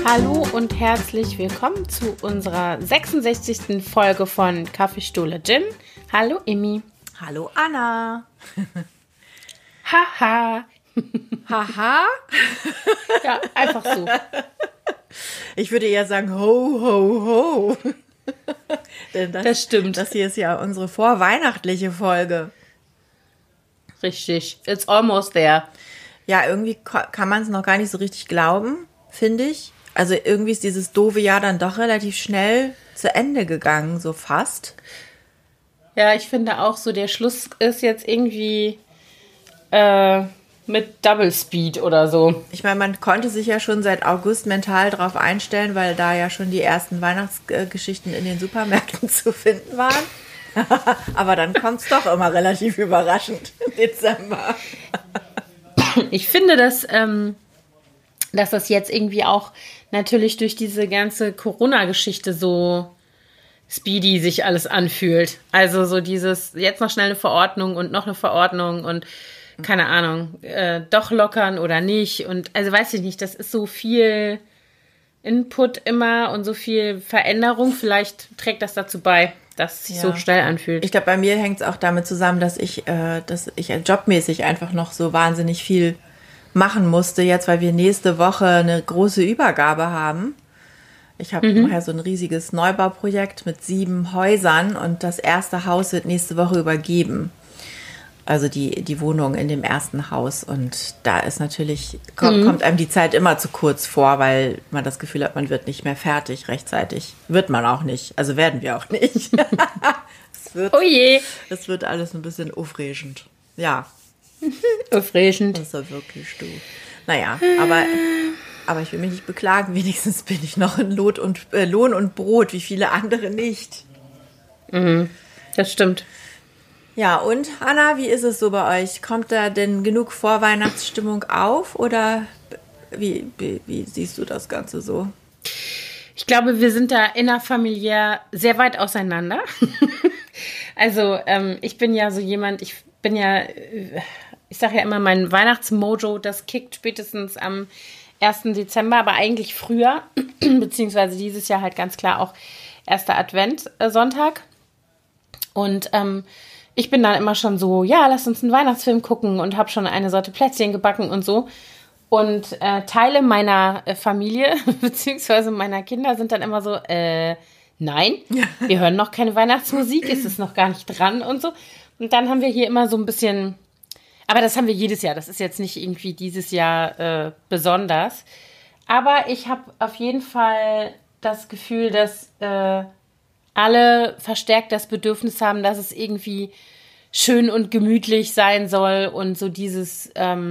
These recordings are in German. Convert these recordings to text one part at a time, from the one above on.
Hallo und herzlich willkommen zu unserer 66. Folge von Kaffeestuhle Gin. Hallo Emmy. Hallo Anna. Haha. Haha? Ja, einfach so. Ich würde eher sagen ho, ho, ho. Denn das stimmt. Das hier ist ja unsere vorweihnachtliche Folge. Richtig. It's almost there. Ja, irgendwie kann man es noch gar nicht so richtig glauben, finde ich. Also irgendwie ist dieses doofe Jahr dann doch relativ schnell zu Ende gegangen, so fast. Ja, ich finde auch so, der Schluss ist jetzt irgendwie mit Double Speed oder so. Ich meine, man konnte sich ja schon seit August mental drauf einstellen, weil da ja schon die ersten Weihnachtsgeschichten in den Supermärkten zu finden waren. Aber dann kommt es doch immer relativ überraschend im Dezember. Ich finde, dass das jetzt irgendwie auch natürlich durch diese ganze Corona-Geschichte so speedy sich alles anfühlt. Also so dieses, jetzt noch schnell eine Verordnung und noch eine Verordnung und keine Ahnung, doch lockern oder nicht. Und also weiß ich nicht, das ist so viel Input immer und so viel Veränderung. Vielleicht trägt das dazu bei, dass es sich so schnell anfühlt. Ich glaube, bei mir hängt es auch damit zusammen, dass ich jobmäßig einfach noch so wahnsinnig viel machen musste, jetzt, weil wir nächste Woche eine große Übergabe haben. Ich habe nachher so ein riesiges Neubauprojekt mit 7 Häusern und das erste Haus wird nächste Woche übergeben. Also die Wohnung in dem ersten Haus. Und da ist natürlich, kommt einem die Zeit immer zu kurz vor, weil man das Gefühl hat, man wird nicht mehr fertig rechtzeitig. Wird man auch nicht. Also werden wir auch nicht. Oh je. Es wird alles ein bisschen aufregend. Ja. Aufregend. Das ist ja wirklich du. Naja, aber ich will mich nicht beklagen. Wenigstens bin ich noch in Lohn und Brot, wie viele andere nicht. Das stimmt. Ja, und Anna, wie ist es so bei euch? Kommt da denn genug Vorweihnachtsstimmung auf oder wie siehst du das Ganze so? Ich glaube, wir sind da innerfamiliär sehr weit auseinander. Also ich bin ja so jemand, ich sage ja immer, mein Weihnachtsmojo, das kickt spätestens am 1. Dezember, aber eigentlich früher, beziehungsweise dieses Jahr halt ganz klar auch 1. Adventssonntag. Und ich bin dann immer schon so, ja, lass uns einen Weihnachtsfilm gucken und habe schon eine Sorte Plätzchen gebacken und so. Und Teile meiner Familie beziehungsweise meiner Kinder sind dann immer so, nein, wir hören noch keine Weihnachtsmusik, ist es noch gar nicht dran und so. Und dann haben wir hier immer so ein bisschen, aber das haben wir jedes Jahr, das ist jetzt nicht irgendwie dieses Jahr besonders. Aber ich habe auf jeden Fall das Gefühl, dass alle verstärkt das Bedürfnis haben, dass es irgendwie schön und gemütlich sein soll und so dieses,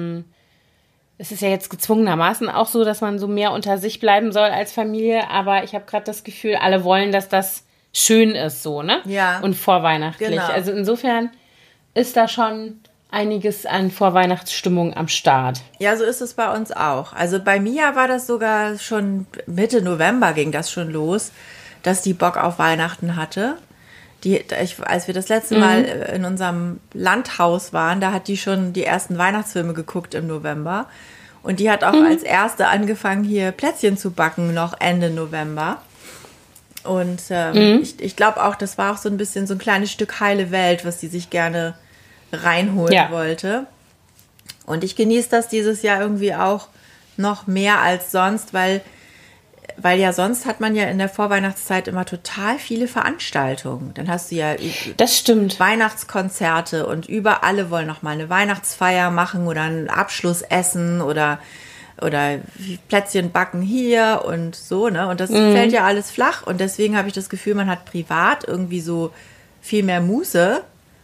es ist ja jetzt gezwungenermaßen auch so, dass man so mehr unter sich bleiben soll als Familie, aber ich habe gerade das Gefühl, alle wollen, dass das schön ist so, ne? Ja. Und vorweihnachtlich. Genau. Also insofern ist da schon einiges an Vorweihnachtsstimmung am Start. Ja, so ist es bei uns auch. Also bei Mia war das sogar schon Mitte November ging das schon los, dass die Bock auf Weihnachten hatte. Als wir das letzte Mal in unserem Landhaus waren, da hat die schon die ersten Weihnachtsfilme geguckt im November. Und die hat auch als erste angefangen, hier Plätzchen zu backen, noch Ende November. Und ich glaube auch, das war auch so ein bisschen so ein kleines Stück heile Welt, was sie sich gerne reinholen wollte. Und ich genieße das dieses Jahr irgendwie auch noch mehr als sonst, weil ja sonst hat man ja in der Vorweihnachtszeit immer total viele Veranstaltungen. Dann hast du ja das stimmt. Weihnachtskonzerte und alle wollen noch mal eine Weihnachtsfeier machen oder ein Abschlussessen oder Plätzchen backen hier und so, ne? Und das fällt ja alles flach und deswegen habe ich das Gefühl, man hat privat irgendwie so viel mehr Muße,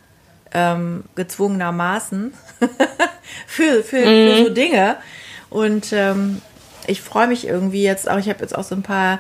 gezwungenermaßen für so Dinge. Und ich freue mich irgendwie jetzt auch, ich habe jetzt auch so ein paar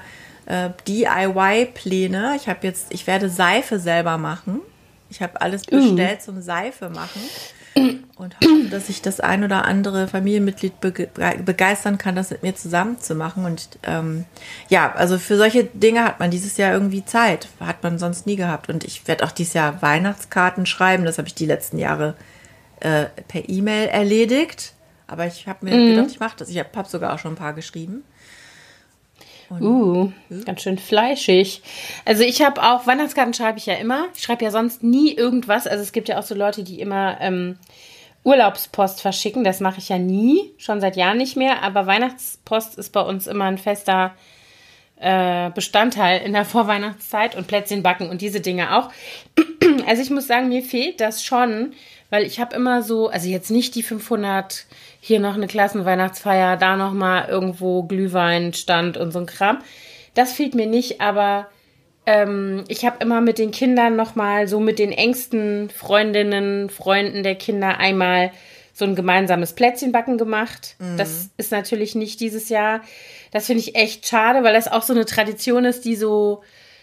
DIY-Pläne. Ich werde Seife selber machen. Ich habe alles bestellt zum Seife machen und hoffe, dass ich das ein oder andere Familienmitglied begeistern kann, das mit mir zusammen zu machen. Und also für solche Dinge hat man dieses Jahr irgendwie Zeit. Hat man sonst nie gehabt. Und ich werde auch dieses Jahr Weihnachtskarten schreiben. Das habe ich die letzten Jahre per E-Mail erledigt. Aber ich habe mir gedacht, ich mache das. Ich habe sogar auch schon ein paar geschrieben. Ganz schön fleischig. Also ich habe auch, Weihnachtskarten schreibe ich ja immer. Ich schreibe ja sonst nie irgendwas. Also es gibt ja auch so Leute, die immer Urlaubspost verschicken. Das mache ich ja nie, schon seit Jahren nicht mehr. Aber Weihnachtspost ist bei uns immer ein fester Bestandteil in der Vorweihnachtszeit und Plätzchen backen und diese Dinge auch. Also ich muss sagen, mir fehlt das schon, weil ich habe immer so, also jetzt nicht die 500, hier noch eine Klassenweihnachtsfeier, da nochmal irgendwo Glühweinstand und so ein Kram. Das fehlt mir nicht, aber ich habe immer mit den Kindern nochmal, so mit den engsten Freundinnen, Freunden der Kinder einmal so ein gemeinsames Plätzchenbacken gemacht. Das ist natürlich nicht dieses Jahr. Das finde ich echt schade, weil das auch so eine Tradition ist, die so,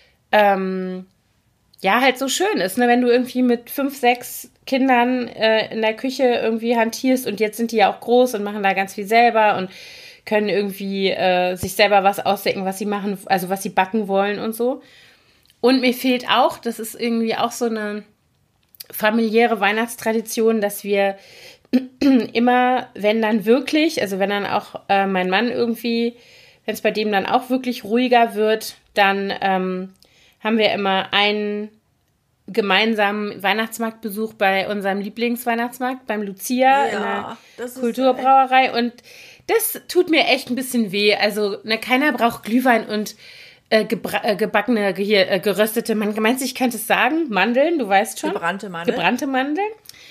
halt so schön ist, ne? Wenn du irgendwie mit 5, 6 Kindern in der Küche irgendwie hantierst und jetzt sind die ja auch groß und machen da ganz viel selber und können irgendwie sich selber was ausdenken, was sie machen, also was sie backen wollen und so. Und mir fehlt auch, das ist irgendwie auch so eine familiäre Weihnachtstradition, dass wir immer, wenn dann wirklich, also wenn dann auch mein Mann irgendwie, wenn es bei dem dann auch wirklich ruhiger wird, dann haben wir immer einen gemeinsamen Weihnachtsmarktbesuch bei unserem Lieblingsweihnachtsmarkt, beim Lucia in der Kulturbrauerei. Und das tut mir echt ein bisschen weh. Also keiner braucht Glühwein und gebackene, geröstete, meinst du, ich könnte es sagen? Mandeln, du weißt schon. Gebrannte Mandeln. Gebrannte Mandeln.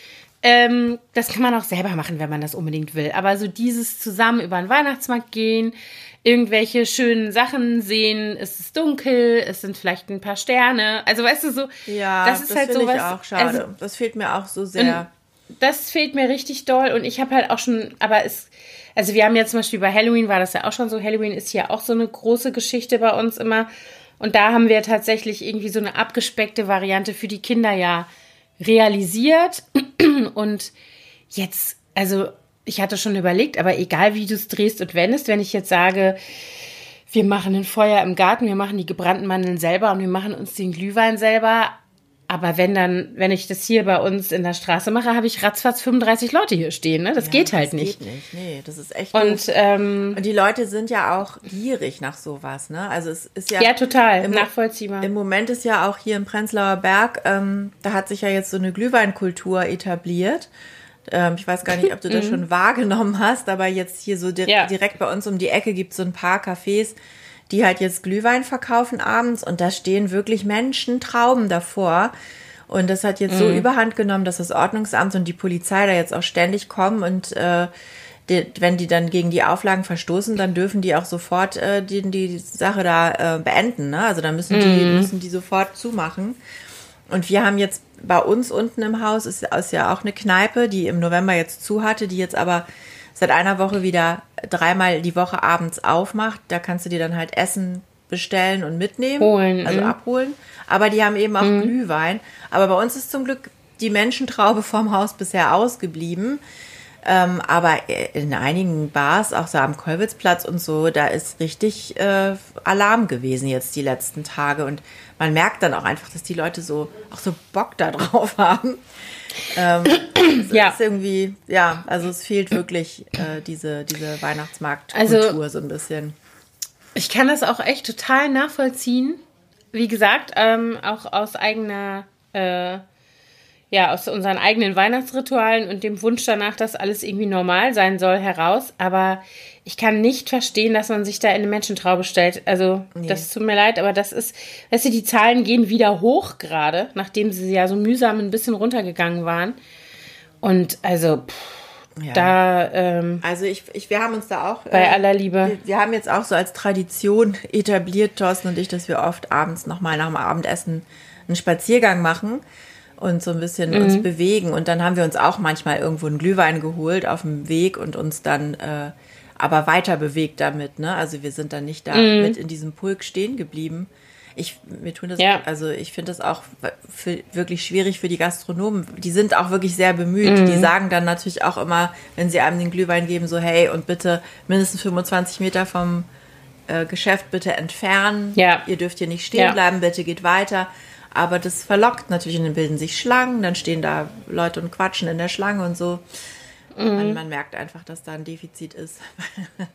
Das kann man auch selber machen, wenn man das unbedingt will. Aber so dieses zusammen über den Weihnachtsmarkt gehen, irgendwelche schönen Sachen sehen, es ist dunkel, es sind vielleicht ein paar Sterne. Also weißt du so, ja, das ist halt sowas. Ich auch schade. Also, das fehlt mir auch so sehr. Das fehlt mir richtig doll und ich habe halt auch schon, also wir haben ja zum Beispiel bei Halloween war das ja auch schon so, Halloween ist hier auch so eine große Geschichte bei uns immer und da haben wir tatsächlich irgendwie so eine abgespeckte Variante für die Kinder ja realisiert und jetzt, also ich hatte schon überlegt, aber egal wie du es drehst und wendest, wenn ich jetzt sage, wir machen ein Feuer im Garten, wir machen die gebrannten Mandeln selber und wir machen uns den Glühwein selber, aber wenn ich das hier bei uns in der Straße mache, habe ich ratzfatz 35 Leute hier stehen, ne? Das geht halt nicht. Das geht nicht, nee, das ist echt und, und die Leute sind ja auch gierig nach sowas, ne? Also es ist ja... Ja, total, nachvollziehbar. Im Moment ist ja auch hier im Prenzlauer Berg, da hat sich ja jetzt so eine Glühweinkultur etabliert. Ich weiß gar nicht, ob du das schon wahrgenommen hast, aber jetzt hier so direkt bei uns um die Ecke gibt es so ein paar Cafés, die halt jetzt Glühwein verkaufen abends und da stehen wirklich Menschentrauben davor. Und das hat jetzt so überhand genommen, dass das Ordnungsamt und die Polizei da jetzt auch ständig kommen und wenn die dann gegen die Auflagen verstoßen, dann dürfen die auch sofort die Sache da beenden. Ne? Also dann müssen die sofort zumachen. Und wir haben jetzt bei uns unten im Haus, ist ja auch eine Kneipe, die im November jetzt zu hatte, die jetzt aber seit einer Woche wieder 3-mal die Woche abends aufmacht. Da kannst du dir dann halt Essen bestellen und mitnehmen, also abholen. Aber die haben eben auch Glühwein. Aber bei uns ist zum Glück die Menschentraube vorm Haus bisher ausgeblieben. Aber in einigen Bars, auch so am Kollwitzplatz und so, da ist richtig Alarm gewesen jetzt die letzten Tage. Und man merkt dann auch einfach, dass die Leute so Bock da drauf haben. Ist irgendwie, also es fehlt wirklich diese Weihnachtsmarktkultur so ein bisschen. Ich kann das auch echt total nachvollziehen. Wie gesagt, auch aus eigener, aus unseren eigenen Weihnachtsritualen und dem Wunsch danach, dass alles irgendwie normal sein soll, heraus. Aber ich kann nicht verstehen, dass man sich da in eine Menschentraube stellt. Also, das tut mir leid, aber das ist, weißt du, die Zahlen gehen wieder hoch gerade, nachdem sie ja so mühsam ein bisschen runtergegangen waren. Und also, wir haben uns da auch bei aller Liebe. Wir haben jetzt auch so als Tradition etabliert, Thorsten und ich, dass wir oft abends nochmal nach dem Abendessen einen Spaziergang machen und so ein bisschen uns bewegen. Und dann haben wir uns auch manchmal irgendwo einen Glühwein geholt auf dem Weg und uns dann aber weiter bewegt damit. Ne? Also wir sind dann nicht da mit in diesem Pulk stehen geblieben. Also ich finde das auch wirklich schwierig für die Gastronomen. Die sind auch wirklich sehr bemüht. Die sagen dann natürlich auch immer, wenn sie einem den Glühwein geben, so hey, und bitte mindestens 25 Meter vom Geschäft bitte entfernen. Ja. Ihr dürft hier nicht stehen bleiben, bitte geht weiter. Aber das verlockt natürlich und dann bilden sich Schlangen, dann stehen da Leute und quatschen in der Schlange und so. Man merkt einfach, dass da ein Defizit ist.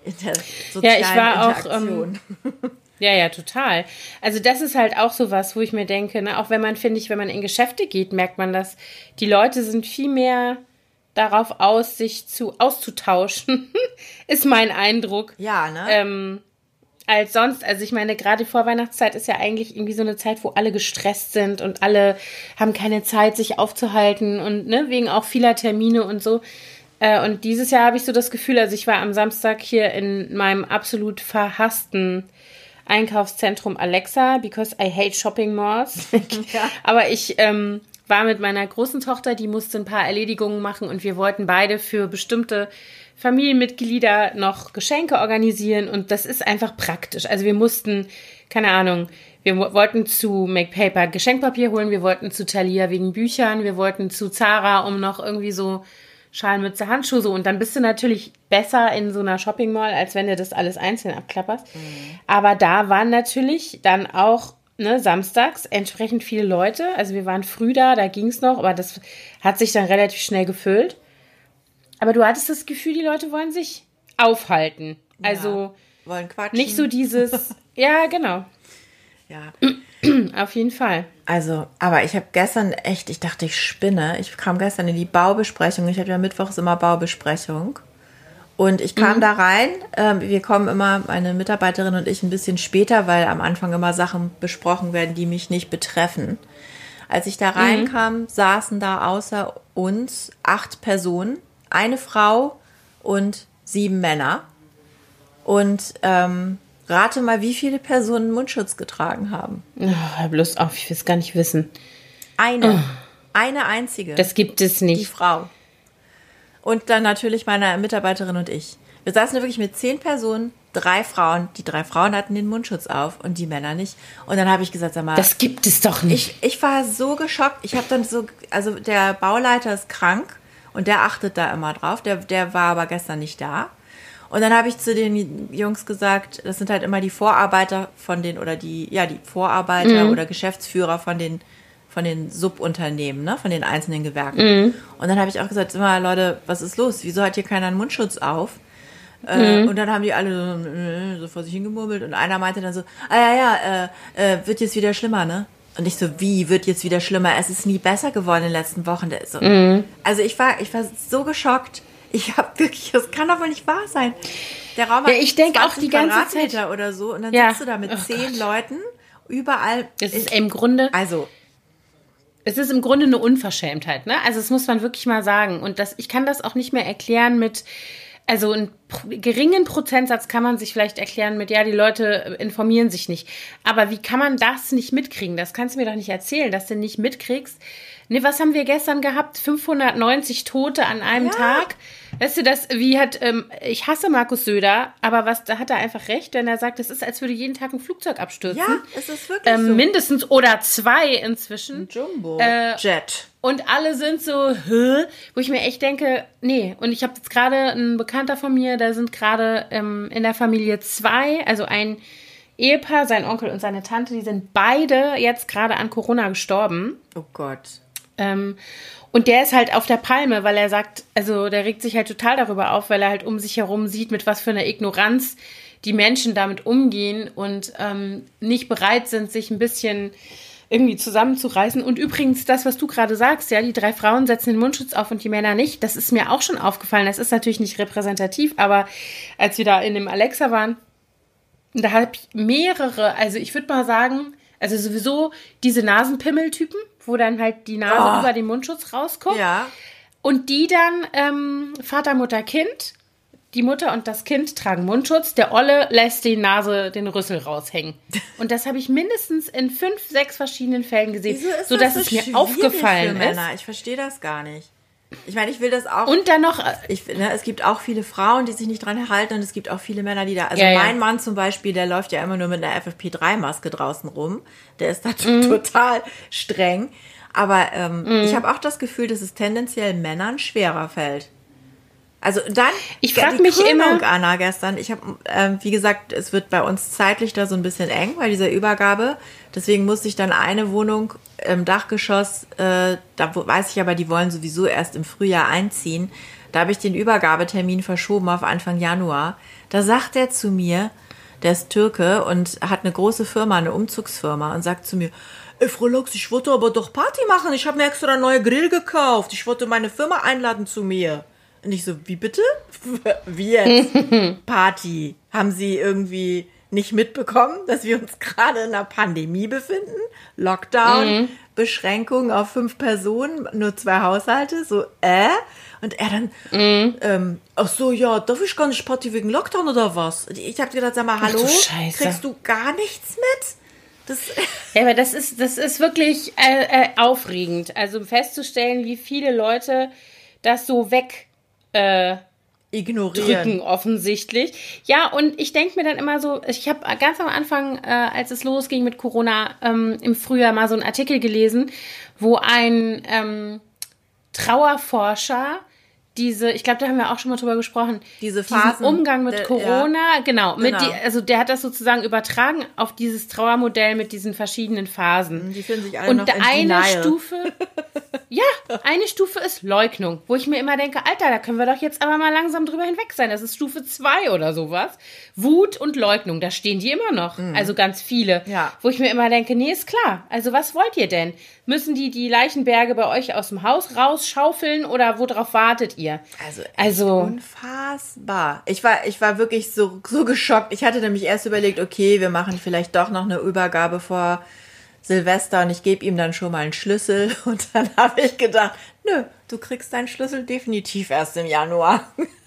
in der Ja, sozialen ich war auch, Interaktion. ja, total. Also das ist halt auch so was, wo ich mir denke, ne, auch wenn man, finde ich, wenn man in Geschäfte geht, merkt man das, die Leute sind viel mehr darauf aus, sich auszutauschen, ist mein Eindruck. Ja, ne? Als sonst. Also ich meine, gerade die Vorweihnachtszeit ist ja eigentlich irgendwie so eine Zeit, wo alle gestresst sind und alle haben keine Zeit, sich aufzuhalten und ne, wegen auch vieler Termine und so. Und dieses Jahr habe ich so das Gefühl, also ich war am Samstag hier in meinem absolut verhassten Einkaufszentrum Alexa, because I hate shopping malls. Ja. Aber ich war mit meiner großen Tochter, die musste ein paar Erledigungen machen und wir wollten beide für bestimmte Familienmitglieder noch Geschenke organisieren und das ist einfach praktisch. Also wir mussten, keine Ahnung, wir wollten zu McPaper Geschenkpapier holen, wir wollten zu Thalia wegen Büchern, wir wollten zu Zara, um noch irgendwie so Schalmütze, Handschuhe so. Und dann bist du natürlich besser in so einer Shopping Mall, als wenn du das alles einzeln abklapperst. Aber da waren natürlich dann auch samstags entsprechend viele Leute. Also wir waren früh da ging es noch, aber das hat sich dann relativ schnell gefüllt. Aber du hattest das Gefühl, die Leute wollen sich aufhalten. Also wollen quatschen. nicht so dieses, ja, genau. Ja. Auf jeden Fall. Also, aber ich habe gestern echt, ich dachte, ich spinne. Ich kam gestern in die Baubesprechung. Ich habe ja mittwochs immer Baubesprechung. Und ich kam da rein. Wir kommen immer, meine Mitarbeiterin und ich, ein bisschen später, weil am Anfang immer Sachen besprochen werden, die mich nicht betreffen. Als ich da reinkam, saßen da außer uns 8 Personen, eine Frau und 7 Männer. Und rate mal, wie viele Personen Mundschutz getragen haben. Oh, bloß auf, ich will es gar nicht wissen. Eine einzige. Das gibt es Die nicht. Frau. Und dann natürlich meine Mitarbeiterin und ich. Wir saßen da wirklich mit 10 Personen, 3 Frauen. Die 3 Frauen hatten den Mundschutz auf und die Männer nicht. Und dann habe ich gesagt, sag mal. Das gibt es doch nicht. Ich war so geschockt. Ich habe dann so, also der Bauleiter ist krank und der achtet da immer drauf. Der war aber gestern nicht da. Und dann habe ich zu den Jungs gesagt, das sind halt immer die Vorarbeiter von den, oder die Vorarbeiter oder Geschäftsführer von den Subunternehmen, ne, von den einzelnen Gewerken. Und dann habe ich auch gesagt, immer, Leute, was ist los? Wieso hat hier keiner einen Mundschutz auf? Und dann haben die alle so vor sich hingemurmelt und einer meinte dann so, wird jetzt wieder schlimmer, ne? Und ich so, wie wird jetzt wieder schlimmer? Es ist nie besser geworden in den letzten Wochen. So. Also ich war so geschockt. Ich habe wirklich, das kann doch wohl nicht wahr sein. Der Raum hat ich denke auch die ganze Quadratmeter Zeit oder so und dann Ja. sitzt du da mit 10 Leuten überall. Es ist im Grunde eine Unverschämtheit, ne? Also das muss man wirklich mal sagen. Und ich kann das auch nicht mehr erklären mit, also einen geringen Prozentsatz kann man sich vielleicht erklären mit, ja, die Leute informieren sich nicht. Aber wie kann man das nicht mitkriegen? Das kannst du mir doch nicht erzählen, dass du nicht mitkriegst. Ne, was haben wir gestern gehabt? 590 Tote an einem Tag. Weißt du, ich hasse Markus Söder, aber da hat er einfach recht, denn er sagt, es ist, als würde jeden Tag ein Flugzeug abstürzen. Ja, es ist wirklich so. Mindestens oder 2 inzwischen. Jumbo-Jet. Und alle sind so, wo ich mir echt denke, nee. Und ich habe jetzt gerade einen Bekannter von mir, da sind gerade in der Familie 2, also ein Ehepaar, sein Onkel und seine Tante, die sind beide jetzt gerade an Corona gestorben. Oh Gott. Und der ist halt auf der Palme, weil er sagt, also der regt sich halt total darüber auf, weil er halt um sich herum sieht, mit was für einer Ignoranz die Menschen damit umgehen und nicht bereit sind, sich ein bisschen irgendwie zusammenzureißen. Und übrigens, das, was du gerade sagst, ja, die 3 Frauen setzen den Mundschutz auf und die Männer nicht, das ist mir auch schon aufgefallen. Das ist natürlich nicht repräsentativ, aber als wir da in dem Alexa waren, da habe ich mehrere, also ich würde mal sagen, also sowieso diese Nasenpimmeltypen, wo dann halt die Nase über den Mundschutz rauskommt. Ja. Und die dann Vater, Mutter, Kind. Die Mutter und das Kind tragen Mundschutz. Der Olle lässt den Rüssel raushängen. Und das habe ich mindestens in 5, 6 verschiedenen Fällen gesehen, sodass es mir aufgefallen ist. Ich verstehe das gar nicht. Ich meine, ich will das auch. Und dann noch. Es gibt auch viele Frauen, die sich nicht dran halten und es gibt auch viele Männer, die da. Also mein Mann zum Beispiel, der läuft ja immer nur mit einer FFP3-Maske draußen rum. Der ist da total streng. Aber ich habe auch das Gefühl, dass es tendenziell Männern schwerer fällt. Also dann, ich frage mich immer, Anna, gestern, ich habe, wie gesagt, es wird bei uns zeitlich da so ein bisschen eng bei dieser Übergabe, deswegen musste ich dann eine Wohnung im Dachgeschoss, da weiß ich aber, die wollen sowieso erst im Frühjahr einziehen, Da habe ich den Übergabetermin verschoben auf Anfang Januar. Da sagt er zu mir, der ist Türke und hat eine große Firma, eine Umzugsfirma, und sagt zu mir, ey, Frau Lux, ich wollte aber doch Party machen. Ich habe mir extra einen neuen Grill gekauft. Ich wollte meine Firma einladen zu mir. Und ich so, wie bitte? Wie jetzt? Party. Haben Sie irgendwie nicht mitbekommen, dass wir uns gerade in einer Pandemie befinden? Lockdown, Beschränkungen auf 5 Personen, nur 2 Haushalte. So, Und er dann, ach so, ja, darf ich gar nicht Party wegen Lockdown oder was? Ich habe gedacht, sag mal, hallo, kriegst du gar nichts mit? Ja, aber das ist wirklich aufregend. Also festzustellen, wie viele Leute das so weg ignorieren. Drücken offensichtlich. Ja, und ich denke mir dann immer so, ich habe ganz am Anfang, als es losging mit Corona, im Frühjahr mal so einen Artikel gelesen, wo ein Trauerforscher ich glaube, da haben wir auch schon mal drüber gesprochen, diesen Umgang mit Corona, genau. Also der hat das sozusagen übertragen auf dieses Trauermodell mit diesen verschiedenen Phasen. Die finden sich alle noch in eine Stufe ist Leugnung, wo ich mir immer denke, Alter, da können wir doch jetzt aber mal langsam drüber hinweg sein. Das ist Stufe 2 oder sowas. Wut und Leugnung, da stehen die immer noch. Also ganz viele. Ja. Wo ich mir immer denke, nee, ist klar. Also was wollt ihr denn? Müssen die Leichenberge bei euch aus dem Haus rausschaufeln oder worauf wartet ihr? Also unfassbar. Ich war wirklich so geschockt. Ich hatte nämlich erst überlegt, okay, wir machen vielleicht doch noch eine Übergabe vor Silvester und ich gebe ihm dann schon mal einen Schlüssel. Und dann habe ich gedacht, nö, du kriegst deinen Schlüssel definitiv erst im Januar.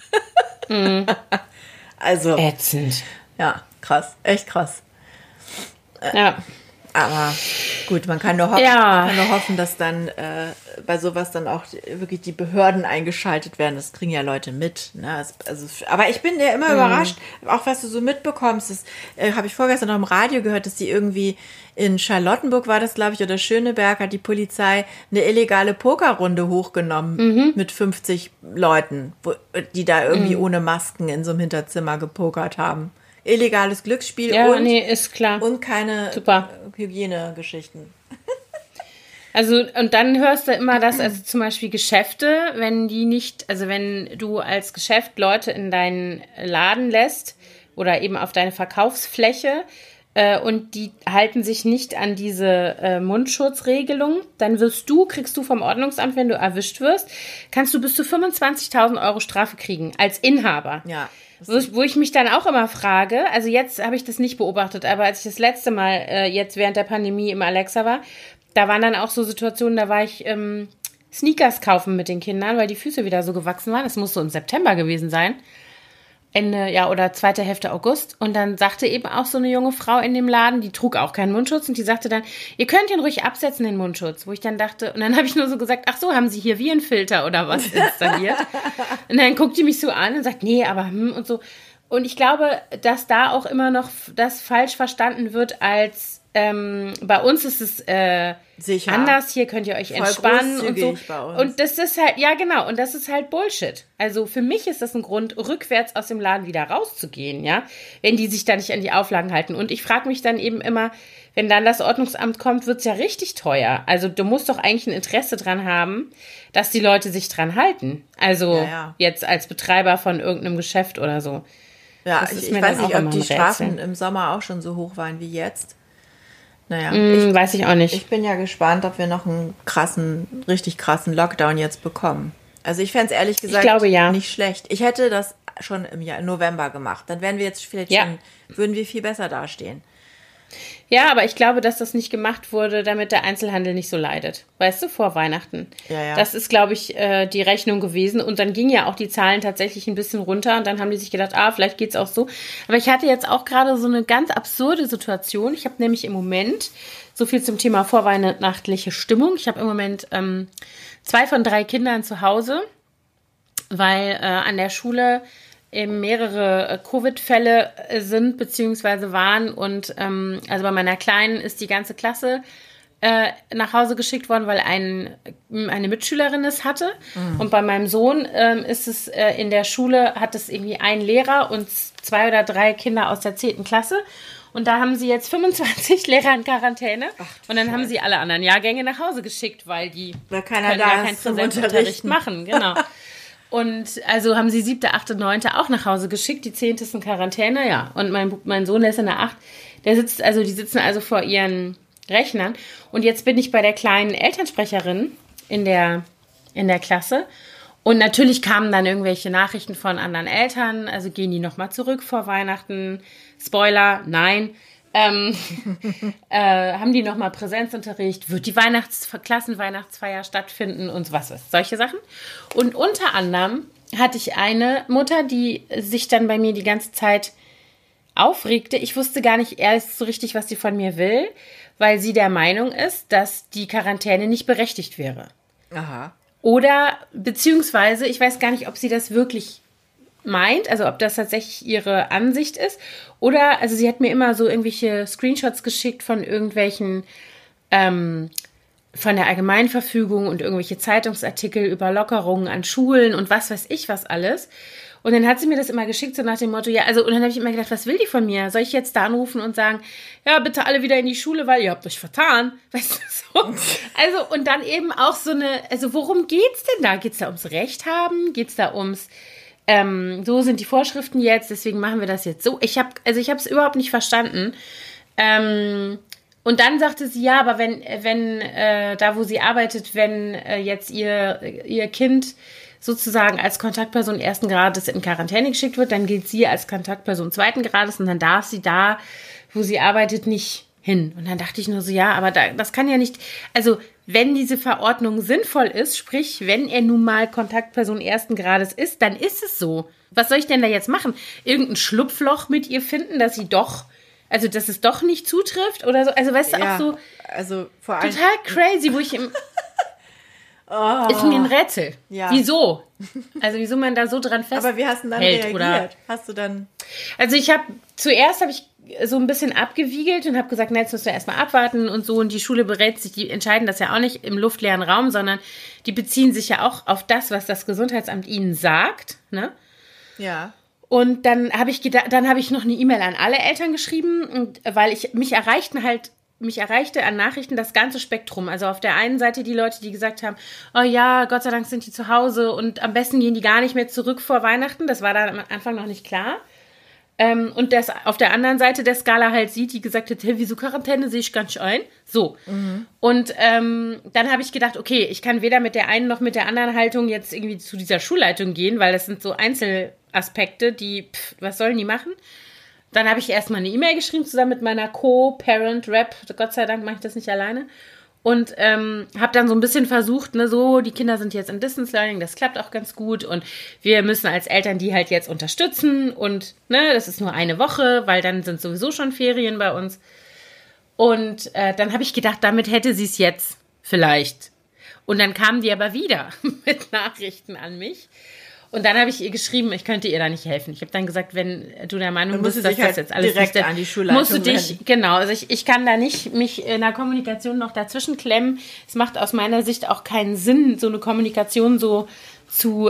Also. Ätzend. Ja, krass. Echt krass. Ja. Aber gut, man kann nur hoffen, dass dann bei sowas dann auch wirklich die Behörden eingeschaltet werden. Das kriegen ja Leute mit. Ne? Aber ich bin ja immer überrascht, auch was du so mitbekommst. Das habe ich vorgestern noch im Radio gehört, dass die irgendwie in Charlottenburg war das, glaube ich, oder Schöneberg, hat die Polizei eine illegale Pokerrunde hochgenommen mit 50 Leuten, die da irgendwie ohne Masken in so einem Hinterzimmer gepokert haben. Illegales Glücksspiel ist klar. Und keine Hygienegeschichten. Also, und dann hörst du immer, dass also zum Beispiel Geschäfte, wenn du als Geschäft Leute in deinen Laden lässt oder eben auf deine Verkaufsfläche und die halten sich nicht an diese Mundschutzregelung, dann kriegst du vom Ordnungsamt, wenn du erwischt wirst, kannst du bis zu 25.000 Euro Strafe kriegen als Inhaber. Ja. Wo ich mich dann auch immer frage, also jetzt habe ich das nicht beobachtet, aber als ich das letzte Mal jetzt während der Pandemie im Alexa war, da waren dann auch so Situationen, da war ich Sneakers kaufen mit den Kindern, weil die Füße wieder so gewachsen waren. Das muss so im September gewesen sein. Oder zweite Hälfte August. Und dann sagte eben auch so eine junge Frau in dem Laden, die trug auch keinen Mundschutz und die sagte dann, ihr könnt ihn ruhig absetzen, den Mundschutz. Wo ich dann dachte, und dann habe ich nur so gesagt, ach so, haben Sie hier Virenfilter oder was installiert? Und dann guckt die mich so an und sagt, nee, aber und so. Und ich glaube, dass da auch immer noch das falsch verstanden wird als bei uns ist es sicher. Anders, hier könnt ihr euch entspannen und so. Bei uns. Und das ist halt, ja genau, und das ist halt Bullshit. Also für mich ist das ein Grund, rückwärts aus dem Laden wieder rauszugehen, ja, wenn die sich da nicht an die Auflagen halten. Und ich frage mich dann eben immer, wenn dann das Ordnungsamt kommt, wird's ja richtig teuer. Also du musst doch eigentlich ein Interesse dran haben, dass die Leute sich dran halten. Also jetzt als Betreiber von irgendeinem Geschäft oder so. Ja, ich weiß nicht, ob die Strafen im Sommer auch schon so hoch waren wie jetzt. Naja, weiß ich auch nicht. Ich bin ja gespannt, ob wir noch einen richtig krassen Lockdown jetzt bekommen. Also ich fände es ehrlich gesagt nicht schlecht. Ich hätte das schon im November gemacht. Dann wären wir jetzt würden wir viel besser dastehen. Ja, aber ich glaube, dass das nicht gemacht wurde, damit der Einzelhandel nicht so leidet. Weißt du, vor Weihnachten. Ja. Das ist, glaube ich, die Rechnung gewesen. Und dann gingen ja auch die Zahlen tatsächlich ein bisschen runter. Und dann haben die sich gedacht, vielleicht geht's auch so. Aber ich hatte jetzt auch gerade so eine ganz absurde Situation. Ich habe nämlich im Moment, so viel zum Thema vorweihnachtliche Stimmung. Ich habe im Moment 2 von 3 Kindern zu Hause, weil an der Schule eben mehrere Covid-Fälle sind bzw. waren und also bei meiner Kleinen ist die ganze Klasse nach Hause geschickt worden, weil eine Mitschülerin es hatte. Und bei meinem Sohn ist es in der Schule, hat es irgendwie ein Lehrer und 2 oder 3 Kinder aus der 10. Klasse. Und da haben sie jetzt 25 Lehrer in Quarantäne. Und dann haben sie alle anderen Jahrgänge nach Hause geschickt, weil die keiner da keinen Präsenzunterricht machen. Genau. Und also haben sie 7., 8., 9. auch nach Hause geschickt. Die 10. ist in Quarantäne, ja. Und mein Sohn, der ist in der 8. Die sitzen also vor ihren Rechnern. Und jetzt bin ich bei der kleinen Elternsprecherin in der Klasse. Und natürlich kamen dann irgendwelche Nachrichten von anderen Eltern. Also gehen die nochmal zurück vor Weihnachten? Spoiler, nein. Haben die nochmal Präsenzunterricht? Wird die Klassenweihnachtsfeier stattfinden und was ist? Solche Sachen. Und unter anderem hatte ich eine Mutter, die sich dann bei mir die ganze Zeit aufregte. Ich wusste gar nicht erst so richtig, was sie von mir will, weil sie der Meinung ist, dass die Quarantäne nicht berechtigt wäre. Aha. Oder beziehungsweise, ich weiß gar nicht, ob sie das wirklich meint, also ob das tatsächlich ihre Ansicht ist. Oder, also sie hat mir immer so irgendwelche Screenshots geschickt von irgendwelchen, von der Allgemeinverfügung und irgendwelche Zeitungsartikel über Lockerungen an Schulen und was weiß ich was alles. Und dann hat sie mir das immer geschickt, so nach dem Motto, ja, also, und dann habe ich immer gedacht, was will die von mir? Soll ich jetzt da anrufen und sagen, ja, bitte alle wieder in die Schule, weil ihr habt euch vertan? Weißt du, so. Also, und dann eben auch so also worum geht's denn da? Geht's da ums Recht haben? Geht's da ums, so sind die Vorschriften jetzt, deswegen machen wir das jetzt so. Ich habe es überhaupt nicht verstanden. Und dann sagte sie, ja, aber wenn da, wo sie arbeitet, wenn jetzt ihr Kind sozusagen als Kontaktperson 1. Grades in Quarantäne geschickt wird, dann gilt sie als Kontaktperson 2. Grades und dann darf sie da, wo sie arbeitet, nicht hin. Und dann dachte ich nur so, ja, aber das kann ja nicht, also wenn diese Verordnung sinnvoll ist, sprich, wenn er nun mal Kontaktperson 1. Grades ist, dann ist es so. Was soll ich denn da jetzt machen? Irgendein Schlupfloch mit ihr finden, dass es doch nicht zutrifft oder so? Also weißt du, ja, auch so also vor allem total crazy, wo ich ist mir ein Rätsel. Ja. Wieso? Also wieso man da so dran festhält. Aber wie hast du dann reagiert? Oder? Hast du dann... Also zuerst habe ich so ein bisschen abgewiegelt und habe gesagt, na, jetzt müssen wir erstmal abwarten und so. Und die Schule berät sich, die entscheiden das ja auch nicht im luftleeren Raum, sondern die beziehen sich ja auch auf das, was das Gesundheitsamt ihnen sagt. Ne? Ja. Und dann habe ich noch eine E-Mail an alle Eltern geschrieben, und weil mich erreichte an Nachrichten das ganze Spektrum. Also auf der einen Seite die Leute, die gesagt haben, oh ja, Gott sei Dank sind die zu Hause und am besten gehen die gar nicht mehr zurück vor Weihnachten. Das war da am Anfang noch nicht klar. Und das auf der anderen Seite der Skala halt sieht, die gesagt hat, hey, wieso Quarantäne, sehe ich gar nicht ein. So. Mhm. Und dann habe ich gedacht, okay, ich kann weder mit der einen noch mit der anderen Haltung jetzt irgendwie zu dieser Schulleitung gehen, weil das sind so Einzelaspekte, was sollen die machen? Dann habe ich erstmal eine E-Mail geschrieben, zusammen mit meiner Co-Parent-Rep. Gott sei Dank mache ich das nicht alleine. Und habe dann so ein bisschen versucht, ne, so, die Kinder sind jetzt im Distance Learning, das klappt auch ganz gut. Und wir müssen als Eltern die halt jetzt unterstützen. Und ne, das ist nur eine Woche, weil dann sind sowieso schon Ferien bei uns. Und dann habe ich gedacht, damit hätte sie es jetzt vielleicht. Und dann kamen die aber wieder mit Nachrichten an mich. Und dann habe ich ihr geschrieben, ich könnte ihr da nicht helfen. Ich habe dann gesagt, wenn du der Meinung bist, dass das jetzt alles direkt an die Schulleitung musst du dich, genau, also ich kann da nicht mich in der Kommunikation noch dazwischen klemmen. Es macht aus meiner Sicht auch keinen Sinn, so eine Kommunikation so zu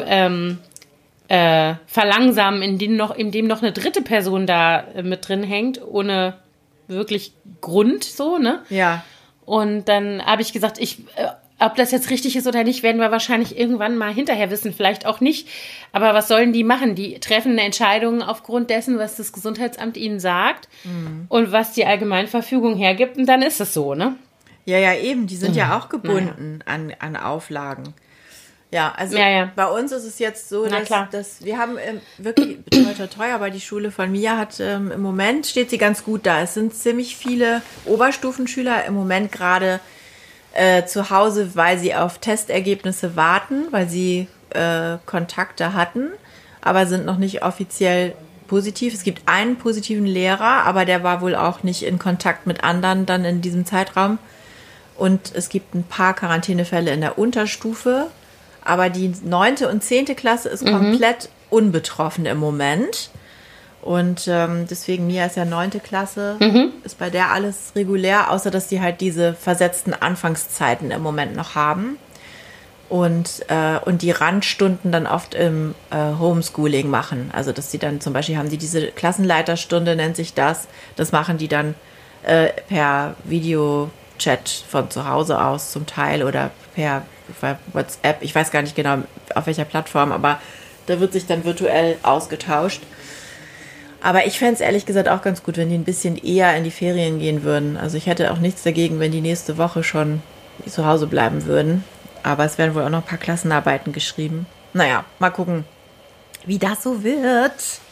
verlangsamen, indem noch eine dritte Person da mit drin hängt, ohne wirklich Grund, so, ne? Ja. Und dann habe ich gesagt, ob das jetzt richtig ist oder nicht, werden wir wahrscheinlich irgendwann mal hinterher wissen. Vielleicht auch nicht. Aber was sollen die machen? Die treffen eine Entscheidung aufgrund dessen, was das Gesundheitsamt ihnen sagt und was die Allgemeinverfügung hergibt. Und dann ist es so, ne? Ja, eben. Die sind ja auch gebunden an Auflagen. Ja, also bei uns ist es jetzt so, dass wir haben wirklich teuer, aber die Schule von Mia hat im Moment steht sie ganz gut da. Es sind ziemlich viele Oberstufenschüler im Moment gerade zu Hause, weil sie auf Testergebnisse warten, weil sie Kontakte hatten, aber sind noch nicht offiziell positiv. Es gibt einen positiven Lehrer, aber der war wohl auch nicht in Kontakt mit anderen dann in diesem Zeitraum. Und es gibt ein paar Quarantänefälle in der Unterstufe, aber die 9. und 10. Klasse ist komplett unbetroffen im Moment. Und deswegen, Mia ist ja 9. Klasse, ist bei der alles regulär, außer dass die halt diese versetzten Anfangszeiten im Moment noch haben. Und die Randstunden dann oft im Homeschooling machen. Also dass die dann zum Beispiel haben die diese Klassenleiterstunde, nennt sich das. Das machen die dann per Videochat von zu Hause aus zum Teil oder per WhatsApp. Ich weiß gar nicht genau, auf welcher Plattform, aber da wird sich dann virtuell ausgetauscht. Aber ich fände es ehrlich gesagt auch ganz gut, wenn die ein bisschen eher in die Ferien gehen würden. Also ich hätte auch nichts dagegen, wenn die nächste Woche schon zu Hause bleiben würden. Aber es werden wohl auch noch ein paar Klassenarbeiten geschrieben. Naja, mal gucken, wie das so wird.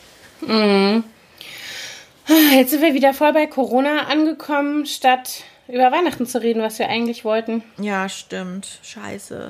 Jetzt sind wir wieder voll bei Corona angekommen, statt über Weihnachten zu reden, was wir eigentlich wollten. Ja, stimmt. Scheiße.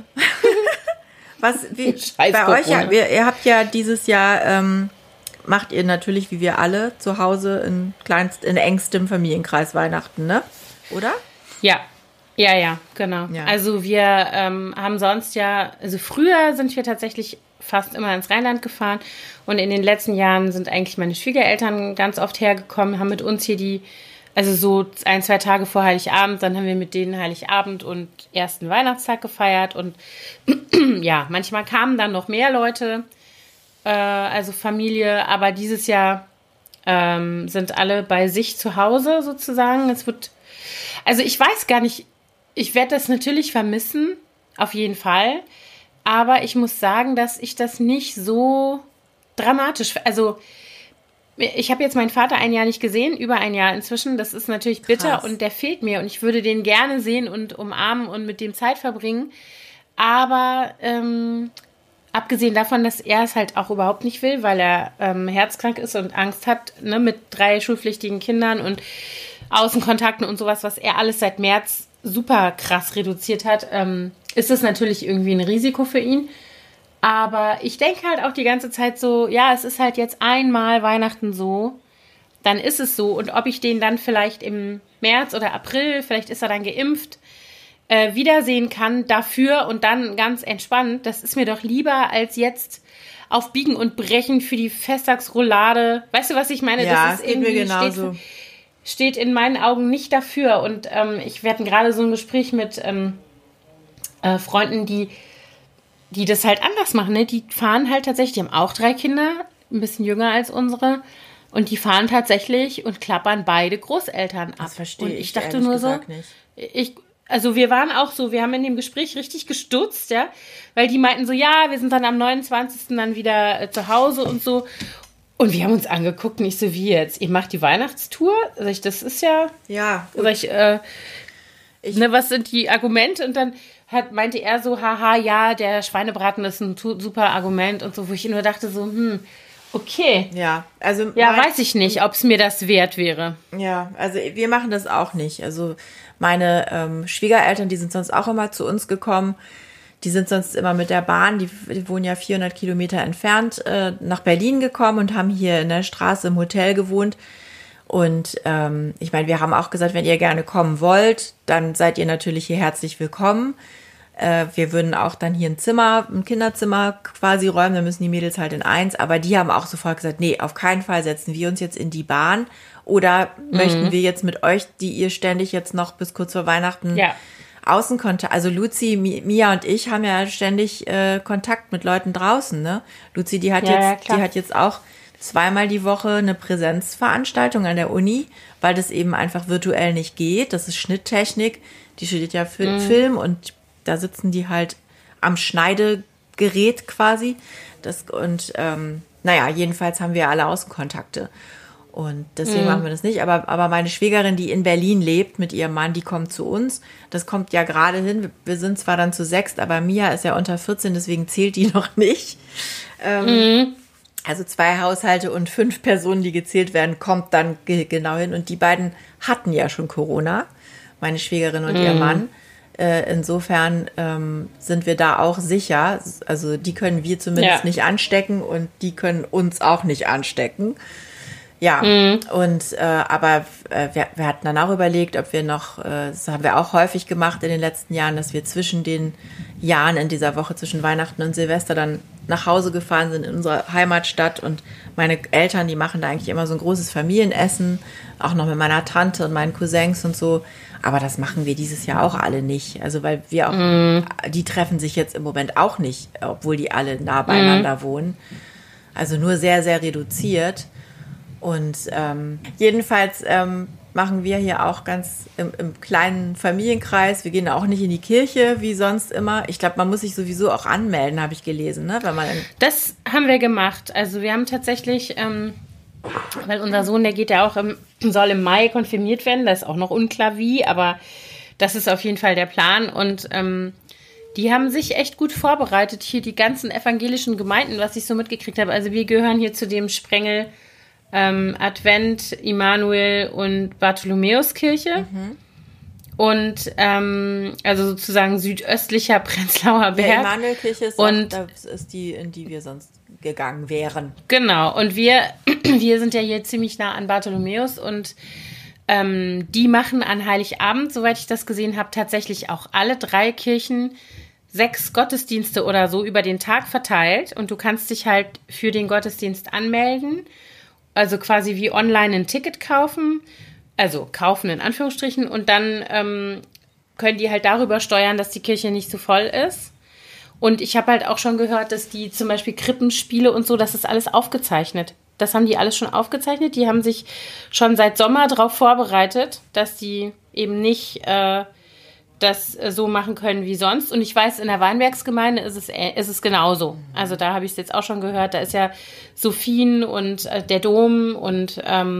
Scheiß bei Corona. euch, ihr habt ja dieses Jahr, macht ihr natürlich wie wir alle zu Hause in engstem Familienkreis Weihnachten, ne? Oder? Ja, genau. Ja. Also wir haben sonst also früher sind wir tatsächlich fast immer ins Rheinland gefahren und in den letzten Jahren sind eigentlich meine Schwiegereltern ganz oft hergekommen, haben mit uns hier also so 1-2 Tage vor Heiligabend, dann haben wir mit denen Heiligabend und ersten Weihnachtstag gefeiert und ja, manchmal kamen dann noch mehr Leute, also Familie, aber dieses Jahr sind alle bei sich zu Hause sozusagen. Also ich weiß gar nicht, ich werde das natürlich vermissen, auf jeden Fall, aber ich muss sagen, dass ich das nicht so dramatisch, also ich habe jetzt meinen Vater ein Jahr nicht gesehen, über ein Jahr inzwischen. Das ist natürlich bitter. Krass. Und der fehlt mir. Und ich würde den gerne sehen und umarmen und mit dem Zeit verbringen. Aber abgesehen davon, dass er es halt auch überhaupt nicht will, weil er herzkrank ist und Angst hat, ne, mit 3 schulpflichtigen Kindern und Außenkontakten und sowas, was er alles seit März super krass reduziert hat, ist es natürlich irgendwie ein Risiko für ihn. Aber ich denke halt auch die ganze Zeit so, ja, es ist halt jetzt einmal Weihnachten so, dann ist es so. Und ob ich den dann vielleicht im März oder April, vielleicht ist er dann geimpft, wiedersehen kann dafür und dann ganz entspannt, das ist mir doch lieber als jetzt auf Biegen und Brechen für die Festtagsroulade. Weißt du, was ich meine? Ja, das ist irgendwie genauso. Steht in meinen Augen nicht dafür. Und wir hatten gerade so ein Gespräch mit Freunden, die das halt anders machen, ne? Die fahren halt tatsächlich, die haben auch 3 Kinder, ein bisschen jünger als unsere, und die fahren tatsächlich und klappern beide Großeltern ab. Das verstehe ich. Und ich dachte nur so, also wir waren auch so, wir haben in dem Gespräch richtig gestutzt, ja, weil die meinten so, ja, wir sind dann am 29. dann wieder zu Hause und so. Und wir haben uns angeguckt, nicht so wie jetzt, ihr macht die Weihnachtstour? Also das ist ja... Ja. was sind die Argumente? Und dann meinte er so, haha, ja, der Schweinebraten ist ein super Argument und so, wo ich nur dachte so, okay. Ja, also... Ja, weiß ich nicht, ob es mir das wert wäre. Ja, also wir machen das auch nicht. Also meine Schwiegereltern, die sind sonst auch immer zu uns gekommen. Die sind sonst immer mit der Bahn, die wohnen ja 400 Kilometer entfernt, nach Berlin gekommen und haben hier in der Straße im Hotel gewohnt. Und ich meine, wir haben auch gesagt, wenn ihr gerne kommen wollt, dann seid ihr natürlich hier herzlich willkommen. Wir würden auch dann hier ein Kinderzimmer quasi räumen, dann müssen die Mädels halt in eins. Aber die haben auch sofort gesagt, nee, auf keinen Fall setzen wir uns jetzt in die Bahn. Oder möchten wir jetzt mit euch, die ihr ständig jetzt noch bis kurz vor Weihnachten Außenkontakt, also Luzi, Mia und ich haben ja ständig Kontakt mit Leuten draußen, ne? Luzi, die hat jetzt auch 2-mal die Woche eine Präsenzveranstaltung an der Uni, weil das eben einfach virtuell nicht geht. Das ist Schnitttechnik. Die studiert ja Film und da sitzen die halt am Schneidegerät quasi. Jedenfalls haben wir alle Außenkontakte. Und deswegen machen wir das nicht. Aber meine Schwägerin, die in Berlin lebt mit ihrem Mann, die kommt zu uns. Das kommt ja gerade hin. Wir sind zwar dann zu 6, aber Mia ist ja unter 14, deswegen zählt die noch nicht. Also 2 Haushalte und 5 Personen, die gezählt werden, kommt dann genau hin. Und die beiden hatten ja schon Corona, meine Schwägerin und ihr Mann. Insofern sind wir da auch sicher. Also die können wir zumindest nicht anstecken und die können uns auch nicht anstecken. Ja, aber wir hatten dann auch überlegt, ob wir noch, das haben wir auch häufig gemacht in den letzten Jahren, dass wir zwischen den Jahren in dieser Woche zwischen Weihnachten und Silvester dann nach Hause gefahren sind in unsere Heimatstadt, und meine Eltern, die machen da eigentlich immer so ein großes Familienessen, auch noch mit meiner Tante und meinen Cousins und so, aber das machen wir dieses Jahr auch alle nicht, also weil wir auch, die treffen sich jetzt im Moment auch nicht, obwohl die alle nah beieinander wohnen, also nur sehr, sehr reduziert. Und jedenfalls machen wir hier auch ganz im kleinen Familienkreis. Wir gehen auch nicht in die Kirche wie sonst immer. Ich glaube, man muss sich sowieso auch anmelden, habe ich gelesen, ne? Wenn man das haben wir gemacht. Also wir haben tatsächlich, weil unser Sohn, der geht ja auch soll im Mai konfirmiert werden. Da ist auch noch unklar wie, aber das ist auf jeden Fall der Plan. Und die haben sich echt gut vorbereitet. Hier die ganzen evangelischen Gemeinden, was ich so mitgekriegt habe. Also wir gehören hier zu dem Sprengel Advent, Immanuel und Bartholomäuskirche. Und also sozusagen südöstlicher Prenzlauer Berg. Ja, Immanuelkirche ist das ist die, in die wir sonst gegangen wären. Genau, und wir sind ja hier ziemlich nah an Bartholomäus und die machen an Heiligabend, soweit ich das gesehen habe, tatsächlich auch alle 3 Kirchen 6 Gottesdienste oder so über den Tag verteilt und du kannst dich halt für den Gottesdienst anmelden. Also quasi wie online ein Ticket kaufen, also kaufen in Anführungsstrichen und dann können die halt darüber steuern, dass die Kirche nicht so voll ist. Und ich habe halt auch schon gehört, dass die zum Beispiel Krippenspiele und so, das ist alles aufgezeichnet. Das haben die alles schon aufgezeichnet. Die haben sich schon seit Sommer darauf vorbereitet, dass die eben nicht das so machen können wie sonst. Und ich weiß, in der Weinbergsgemeinde ist es genauso. Also da habe ich es jetzt auch schon gehört. Da ist ja Sophien und der Dom und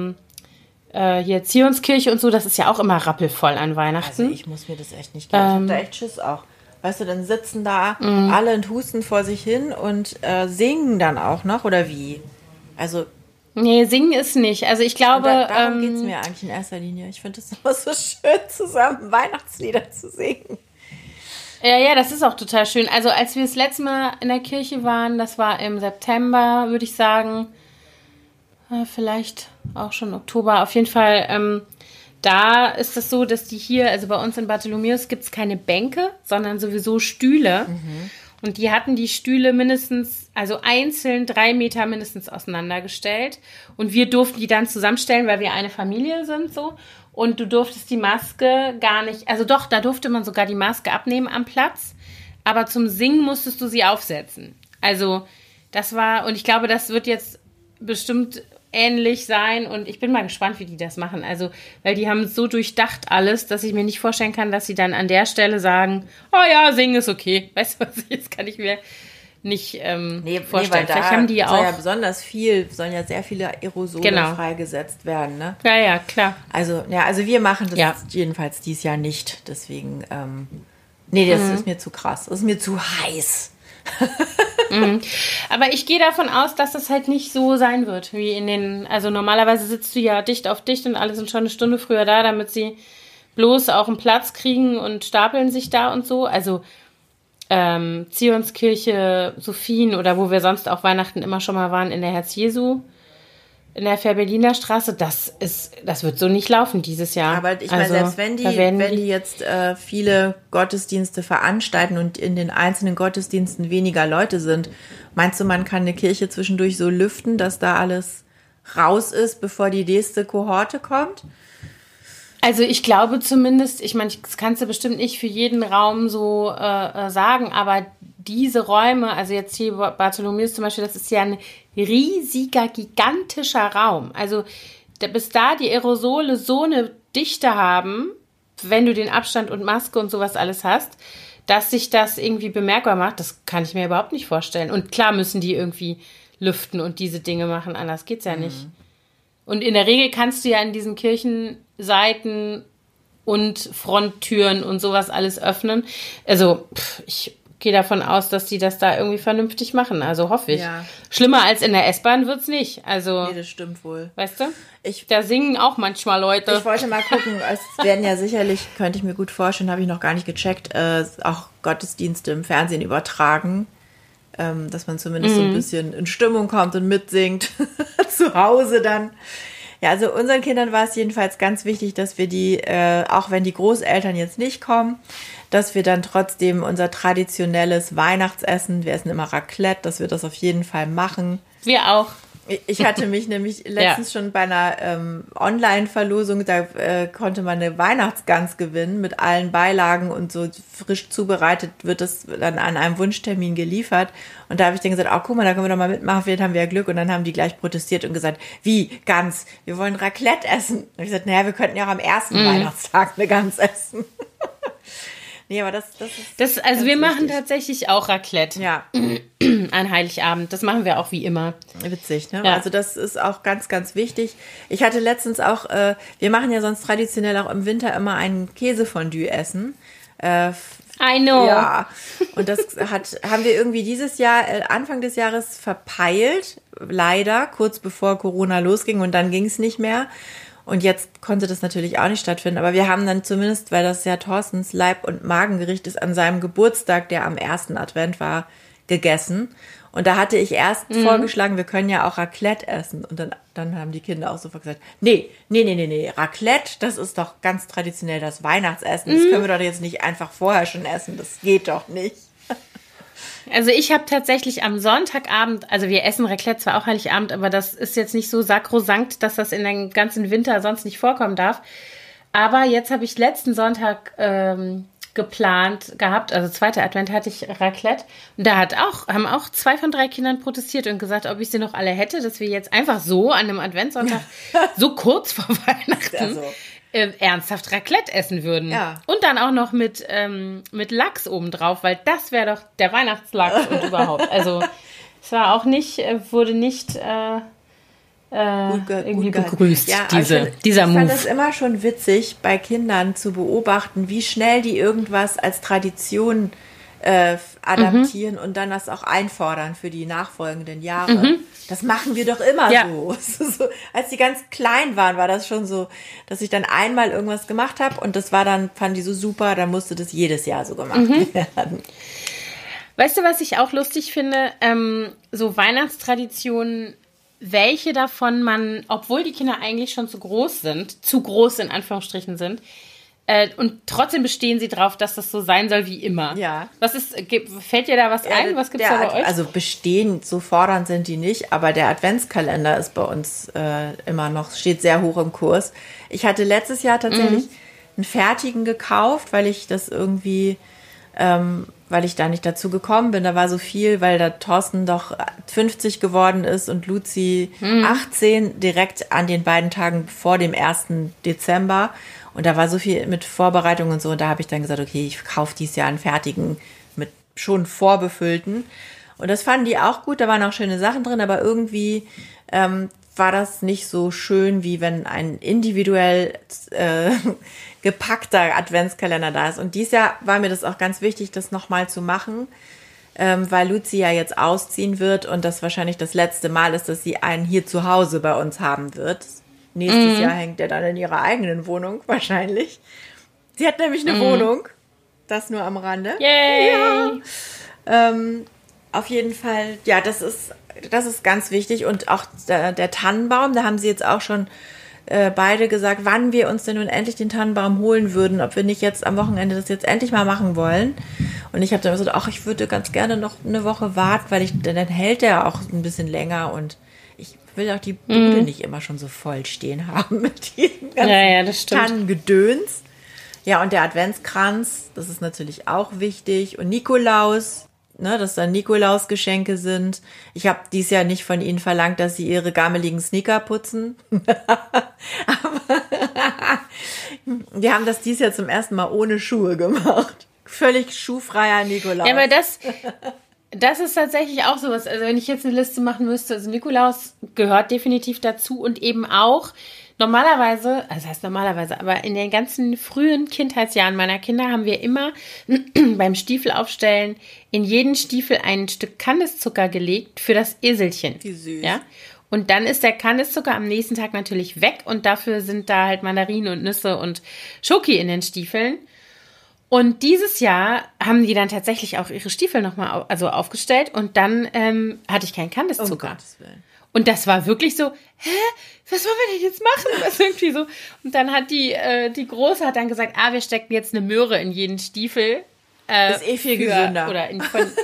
hier Zionskirche und so. Das ist ja auch immer rappelvoll an Weihnachten. Also ich muss mir das echt nicht geben. Ich habe da echt Schiss auch. Weißt du, dann sitzen da alle und husten vor sich hin und singen dann auch noch, oder wie? Also nee, singen ist nicht. Also ich glaube... darum geht es mir eigentlich in erster Linie. Ich finde es immer so schön, zusammen Weihnachtslieder zu singen. Ja, das ist auch total schön. Also als wir das letzte Mal in der Kirche waren, das war im September, würde ich sagen, vielleicht auch schon Oktober. Auf jeden Fall, da ist es so, dass die hier, also bei uns in Bartholomäus gibt es keine Bänke, sondern sowieso Stühle. Und die hatten die Stühle mindestens, also einzeln 3 Meter mindestens auseinandergestellt. Und wir durften die dann zusammenstellen, weil wir eine Familie sind so. Und du durftest die Maske gar nicht, also doch, da durfte man sogar die Maske abnehmen am Platz. Aber zum Singen musstest du sie aufsetzen. Also das war, und ich glaube, das wird jetzt bestimmt ähnlich sein. Und ich bin mal gespannt, wie die das machen. Also, weil die haben so durchdacht alles, dass ich mir nicht vorstellen kann, dass sie dann an der Stelle sagen, oh ja, singen ist okay. Weißt du was, jetzt kann ich mir nicht vorstellen. Weil Vielleicht haben die auch... ja sollen ja sehr viele Aerosole freigesetzt werden, ne? Ja, klar. Also wir machen das jedenfalls dieses Jahr nicht. Deswegen, das ist mir zu krass. Das ist mir zu heiß. Aber ich gehe davon aus, dass das halt nicht so sein wird, wie also normalerweise sitzt du ja dicht auf dicht und alle sind schon eine Stunde früher da, damit sie bloß auch einen Platz kriegen und stapeln sich da und so. Also Zionskirche, Sophien oder wo wir sonst auch Weihnachten immer schon mal waren, in der Herz-Jesu, in der Fähr-Berliner Straße, das wird so nicht laufen dieses Jahr. Aber ich meine, selbst wenn die jetzt viele Gottesdienste veranstalten und in den einzelnen Gottesdiensten weniger Leute sind, meinst du, man kann eine Kirche zwischendurch so lüften, dass da alles raus ist, bevor die nächste Kohorte kommt? Also ich glaube zumindest, ich meine, das kannst du bestimmt nicht für jeden Raum so sagen, aber diese Räume, also jetzt hier Bartholomäus zum Beispiel, das ist ja ein riesiger, gigantischer Raum. Also bis da die Aerosole so eine Dichte haben, wenn du den Abstand und Maske und sowas alles hast, dass sich das irgendwie bemerkbar macht, das kann ich mir überhaupt nicht vorstellen. Und klar müssen die irgendwie lüften und diese Dinge machen, anders geht's ja nicht. Und in der Regel kannst du ja in diesen Kirchenseiten und Fronttüren und sowas alles öffnen. Also ich gehe davon aus, dass die das da irgendwie vernünftig machen. Also hoffe ich. Ja. Schlimmer als in der S-Bahn wird's nicht. Also, nee, das stimmt wohl. Weißt du? Da singen auch manchmal Leute. Ich wollte mal gucken, es werden ja sicherlich, könnte ich mir gut vorstellen, habe ich noch gar nicht gecheckt, auch Gottesdienste im Fernsehen übertragen. Dass man zumindest so ein bisschen in Stimmung kommt und mitsingt. Zu Hause dann. Ja, also unseren Kindern war es jedenfalls ganz wichtig, dass wir die, auch wenn die Großeltern jetzt nicht kommen, dass wir dann trotzdem unser traditionelles Weihnachtsessen, wir essen immer Raclette, dass wir das auf jeden Fall machen. Wir auch. Ich hatte mich nämlich letztens schon bei einer Online-Verlosung, da konnte man eine Weihnachtsgans gewinnen mit allen Beilagen und so frisch zubereitet wird das dann an einem Wunschtermin geliefert. Und da habe ich dann gesagt, guck mal, da können wir doch mal mitmachen, vielleicht haben wir ja Glück. Und dann haben die gleich protestiert und gesagt, wie, Gans? Wir wollen Raclette essen. Und ich gesagt, naja, wir könnten ja auch am ersten Weihnachtstag eine Gans essen. Nee, aber das ist also wir machen wichtig. Tatsächlich auch Raclette. Ja. An Heiligabend. Das machen wir auch wie immer. Witzig, ne? Ja. Also das ist auch ganz, ganz wichtig. Ich hatte letztens auch, wir machen ja sonst traditionell auch im Winter immer ein Käsefondue essen. I know. Ja, und das haben wir irgendwie dieses Jahr, Anfang des Jahres verpeilt, leider, kurz bevor Corona losging und dann ging es nicht mehr. Und jetzt konnte das natürlich auch nicht stattfinden, aber wir haben dann zumindest, weil das ja Thorstens Leib- und Magengericht ist, an seinem Geburtstag, der am ersten Advent war, gegessen. Und da hatte ich erst vorgeschlagen, wir können ja auch Raclette essen. Und dann haben die Kinder auch sofort gesagt, nee, Raclette, das ist doch ganz traditionell das Weihnachtsessen. Das können wir doch jetzt nicht einfach vorher schon essen. Das geht doch nicht. Also ich habe tatsächlich am Sonntagabend, also wir essen Raclette zwar auch Heiligabend, aber das ist jetzt nicht so sakrosankt, dass das in den ganzen Winter sonst nicht vorkommen darf. Aber jetzt habe ich letzten Sonntag geplant gehabt, also zweiter Advent hatte ich Raclette. Und da haben auch 2 von 3 Kindern protestiert und gesagt, ob ich sie noch alle hätte, dass wir jetzt einfach so an einem Adventssonntag so kurz vor Weihnachten ernsthaft Raclette essen würden. Ja. Und dann auch noch mit Lachs obendrauf, weil das wäre doch der Weihnachtslachs und überhaupt. Also es war auch nicht, wurde nicht irgendwie begrüßt, ja, dieser Move. Ich fand es immer schon witzig, bei Kindern zu beobachten, wie schnell die irgendwas als Tradition adaptieren und dann das auch einfordern für die nachfolgenden Jahre. Das machen wir doch immer so. Als die ganz klein waren, war das schon so, dass ich dann einmal irgendwas gemacht habe und das war dann, fanden die so super, dann musste das jedes Jahr so gemacht werden. Weißt du, was ich auch lustig finde? So Weihnachtstraditionen, welche davon man, obwohl die Kinder eigentlich schon zu groß in Anführungsstrichen sind, und trotzdem bestehen sie drauf, dass das so sein soll wie immer. Ja. Fällt dir da was ein? Was gibt's da bei euch? Also bestehen, so fordernd sind die nicht, aber der Adventskalender ist bei uns immer noch, steht sehr hoch im Kurs. Ich hatte letztes Jahr tatsächlich einen fertigen gekauft, weil ich das irgendwie, weil ich da nicht dazu gekommen bin. Da war so viel, weil da Thorsten doch 50 geworden ist und Luzi 18, direkt an den beiden Tagen vor dem 1. Dezember. Und da war so viel mit Vorbereitung und so. Und da habe ich dann gesagt, okay, ich kaufe dieses Jahr einen fertigen mit schon vorbefüllten. Und das fanden die auch gut. Da waren auch schöne Sachen drin. Aber irgendwie war das nicht so schön, wie wenn ein individuell gepackter Adventskalender da ist. Und dieses Jahr war mir das auch ganz wichtig, das nochmal zu machen, weil Luzi ja jetzt ausziehen wird und das wahrscheinlich das letzte Mal ist, dass sie einen hier zu Hause bei uns haben wird. Nächstes Jahr hängt er dann in ihrer eigenen Wohnung, wahrscheinlich. Sie hat nämlich eine Wohnung. Das nur am Rande. Yay! Ja. Auf jeden Fall, ja, das ist ganz wichtig. Und auch der Tannenbaum, da haben sie jetzt auch schon beide gesagt, wann wir uns denn nun endlich den Tannenbaum holen würden, ob wir nicht jetzt am Wochenende das jetzt endlich mal machen wollen. Und ich habe dann gesagt, ach, ich würde ganz gerne noch eine Woche warten, weil dann hält der auch ein bisschen länger und ich will auch die Bude nicht immer schon so voll stehen haben mit diesem ganzen Tannengedöns. Ja, und der Adventskranz, das ist natürlich auch wichtig. Und Nikolaus, ne, dass dann Nikolausgeschenke sind. Ich habe dieses Jahr nicht von ihnen verlangt, dass sie ihre gammeligen Sneaker putzen. Aber wir haben das dieses Jahr zum ersten Mal ohne Schuhe gemacht. Völlig schuhfreier Nikolaus. Ja, aber das ist tatsächlich auch sowas. Also wenn ich jetzt eine Liste machen müsste, also Nikolaus gehört definitiv dazu und eben auch normalerweise, also das heißt normalerweise, aber in den ganzen frühen Kindheitsjahren meiner Kinder haben wir immer beim Stiefelaufstellen in jeden Stiefel ein Stück Kandiszucker gelegt für das Eselchen. Wie süß. Ja? Und dann ist der Kandiszucker am nächsten Tag natürlich weg und dafür sind da halt Mandarinen und Nüsse und Schoki in den Stiefeln. Und dieses Jahr haben die dann tatsächlich auch ihre Stiefel nochmal aufgestellt und dann hatte ich keinen Kandiszucker. Um Gottes Willen. Und das war wirklich so, was wollen wir denn jetzt machen? Das irgendwie so. Und dann hat die Große hat dann gesagt, wir stecken jetzt eine Möhre in jeden Stiefel. Ist viel gesünder.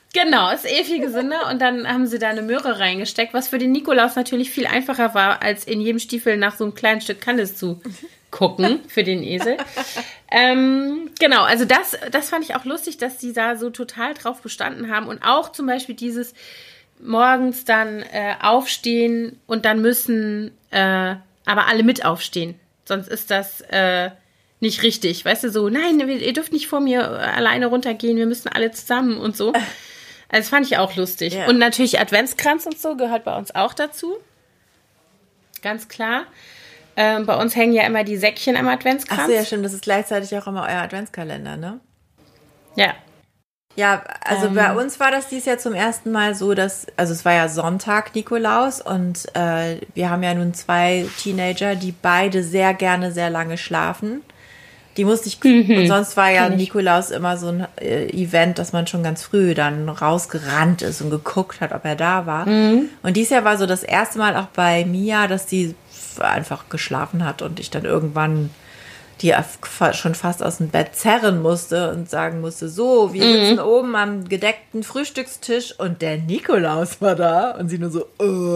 Genau, ist viel gesünder. Und dann haben sie da eine Möhre reingesteckt, was für den Nikolaus natürlich viel einfacher war, als in jedem Stiefel nach so einem kleinen Stück Kandis zu gucken für den Esel. Genau, also das fand ich auch lustig, dass die da so total drauf bestanden haben. Und auch zum Beispiel dieses morgens dann aufstehen und dann müssen aber alle mit aufstehen. Sonst ist das nicht richtig. Weißt du, so, nein, ihr dürft nicht vor mir alleine runtergehen, wir müssen alle zusammen und so. Also das fand ich auch lustig. Yeah. Und natürlich Adventskranz und so gehört bei uns auch dazu. Ganz klar. Bei uns hängen ja immer die Säckchen am Adventskranz. Ach so, ja, stimmt. Das ist gleichzeitig auch immer euer Adventskalender, ne? Ja. Ja, also bei uns war das dieses Jahr zum ersten Mal so, dass, also es war ja Sonntag Nikolaus und wir haben ja nun 2 Teenager, die beide sehr gerne sehr lange schlafen. Die musste ich, und sonst war ja Nikolaus immer so ein Event, dass man schon ganz früh dann rausgerannt ist und geguckt hat, ob er da war. Und dieses Jahr war so das erste Mal auch bei Mia, dass die einfach geschlafen hat und ich dann irgendwann die schon fast aus dem Bett zerren musste und sagen musste, so, wir sitzen oben am gedeckten Frühstückstisch und der Nikolaus war da und sie nur so,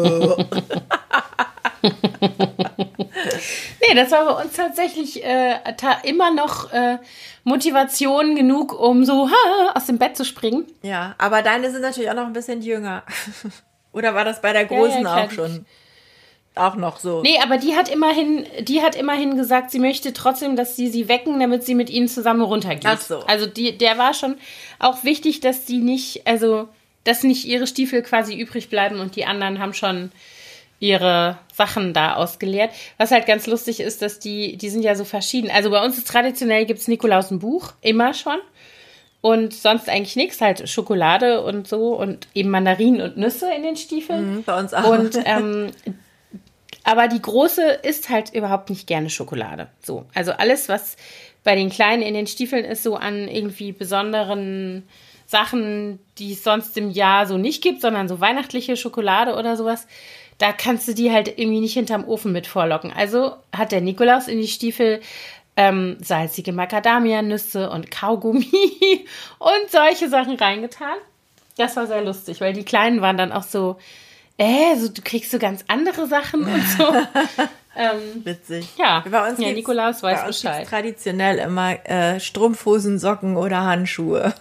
Nee, das war bei uns tatsächlich immer noch Motivation genug, um so aus dem Bett zu springen. Ja, aber deine sind natürlich auch noch ein bisschen jünger. Oder war das bei der Großen auch schon? Auch noch so. Nee, aber die hat immerhin gesagt, sie möchte trotzdem, dass sie wecken, damit sie mit ihnen zusammen runtergeht. Ach so. Also der war schon auch wichtig, dass die nicht, also dass nicht ihre Stiefel quasi übrig bleiben und die anderen haben schon ihre Sachen da ausgeleert. Was halt ganz lustig ist, dass die sind ja so verschieden. Also bei uns ist traditionell, gibt's Nikolaus ein Buch, immer schon. Und sonst eigentlich nichts, halt Schokolade und so und eben Mandarinen und Nüsse in den Stiefeln. Bei uns auch. Und aber die Große isst halt überhaupt nicht gerne Schokolade. So, also alles, was bei den Kleinen in den Stiefeln ist, so an irgendwie besonderen Sachen, die es sonst im Jahr so nicht gibt, sondern so weihnachtliche Schokolade oder sowas, da kannst du die halt irgendwie nicht hinterm Ofen mit vorlocken. Also hat der Nikolaus in die Stiefel salzige Macadamia-Nüsse und Kaugummi und solche Sachen reingetan. Das war sehr lustig, weil die Kleinen waren dann auch so, so du kriegst so ganz andere Sachen und so. Witzig. Ja, bei uns Nikolaus weiß bei uns Bescheid. Traditionell immer Strumpfhosen, Socken oder Handschuhe.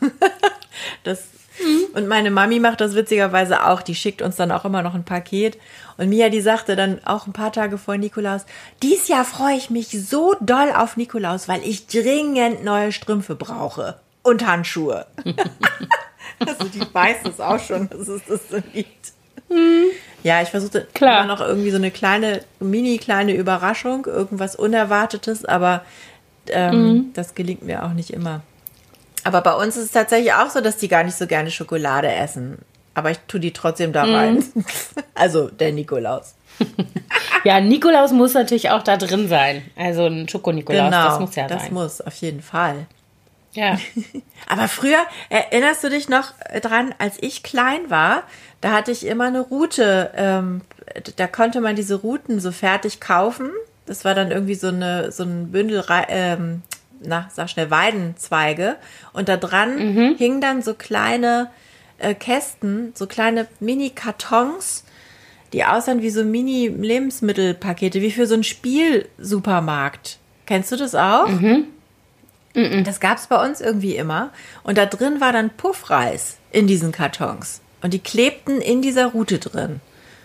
Und meine Mami macht das witzigerweise auch. Die schickt uns dann auch immer noch ein Paket. Und Mia, die sagte dann auch ein paar Tage vor Nikolaus, dies Jahr freue ich mich so doll auf Nikolaus, weil ich dringend neue Strümpfe brauche. Und Handschuhe. Also die weiß es auch schon, dass es das so gibt. Ja, ich versuchte immer noch irgendwie so eine kleine Überraschung, irgendwas Unerwartetes, aber das gelingt mir auch nicht immer. Aber bei uns ist es tatsächlich auch so, dass die gar nicht so gerne Schokolade essen. Aber ich tue die trotzdem da rein. Also der Nikolaus. Ja, Nikolaus muss natürlich auch da drin sein. Also ein Schoko-Nikolaus, genau, das muss ja sein. Das muss, auf jeden Fall. Ja. Aber früher, erinnerst du dich noch dran, als ich klein war, da hatte ich immer eine Rute, da konnte man diese Ruten so fertig kaufen. Das war dann irgendwie so ein Bündel, sag schnell, Weidenzweige. Und da dran hingen dann so kleine Kästen, so kleine Mini-Kartons, die aussahen wie so Mini-Lebensmittelpakete, wie für so einen Spielsupermarkt. Kennst du das auch? Das gab es bei uns irgendwie immer. Und da drin war dann Puffreis in diesen Kartons. Und die klebten in dieser Rute drin.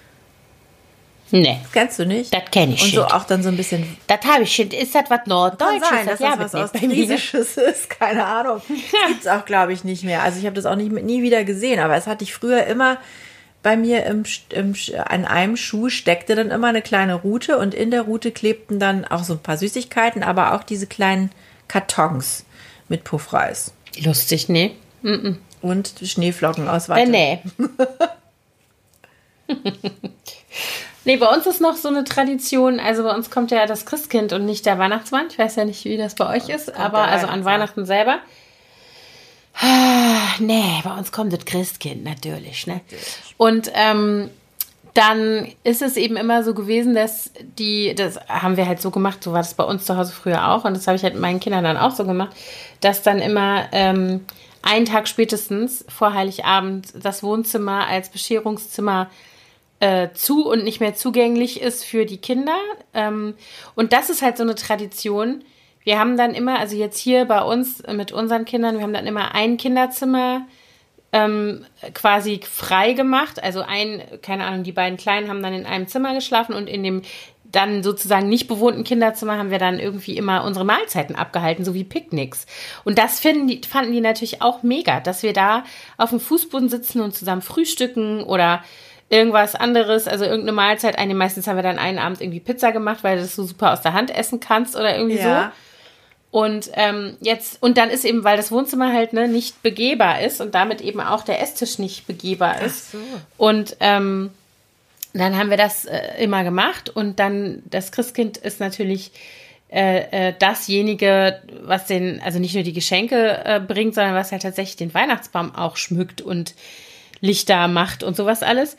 Nee. Das kennst du nicht? Das kenne ich Und schon. so auch dann so ein bisschen... Das habe ich schon. Ist das was Norddeutsches? Kann sein, dass das was Ostfriesisches ist. Keine Ahnung. Das gibt es auch, glaube ich, nicht mehr. Also ich habe das auch nie wieder gesehen. Aber es hatte ich früher immer bei mir an einem Schuh steckte dann immer eine kleine Rute. Und in der Rute klebten dann auch so ein paar Süßigkeiten, aber auch diese kleinen Kartons mit Puffreis. Lustig, nee. Und Schneeflocken aus Watte. Nee. Nee, bei uns ist noch so eine Tradition, also bei uns kommt ja das Christkind und nicht der Weihnachtsmann. Ich weiß ja nicht, wie das bei euch ist, aber also an Weihnachten selber. Nee, bei uns kommt das Christkind natürlich, ne? Und dann ist es eben immer so gewesen, dass das haben wir halt so gemacht, so war das bei uns zu Hause früher auch und das habe ich halt mit meinen Kindern dann auch so gemacht, dass dann immer einen Tag spätestens vor Heiligabend das Wohnzimmer als Bescherungszimmer zu und nicht mehr zugänglich ist für die Kinder. Und das ist halt so eine Tradition. Wir haben dann immer, also jetzt hier bei uns mit unseren Kindern, wir haben dann immer ein Kinderzimmer quasi frei gemacht. Also keine Ahnung, die beiden Kleinen haben dann in einem Zimmer geschlafen und in dem dann sozusagen nicht bewohnten Kinderzimmer haben wir dann irgendwie immer unsere Mahlzeiten abgehalten, so wie Picknicks. Und das fanden die natürlich auch mega, dass wir da auf dem Fußboden sitzen und zusammen frühstücken oder irgendwas anderes, also irgendeine Mahlzeit. Meistens haben wir dann einen Abend irgendwie Pizza gemacht, weil du das so super aus der Hand essen kannst oder irgendwie so. Und und dann ist eben, weil das Wohnzimmer halt nicht begehbar ist und damit eben auch der Esstisch nicht begehbar ist. Ach so. Und dann haben wir das immer gemacht und dann das Christkind ist natürlich dasjenige, was also nicht nur die Geschenke bringt, sondern was halt tatsächlich den Weihnachtsbaum auch schmückt und Lichter macht und sowas alles.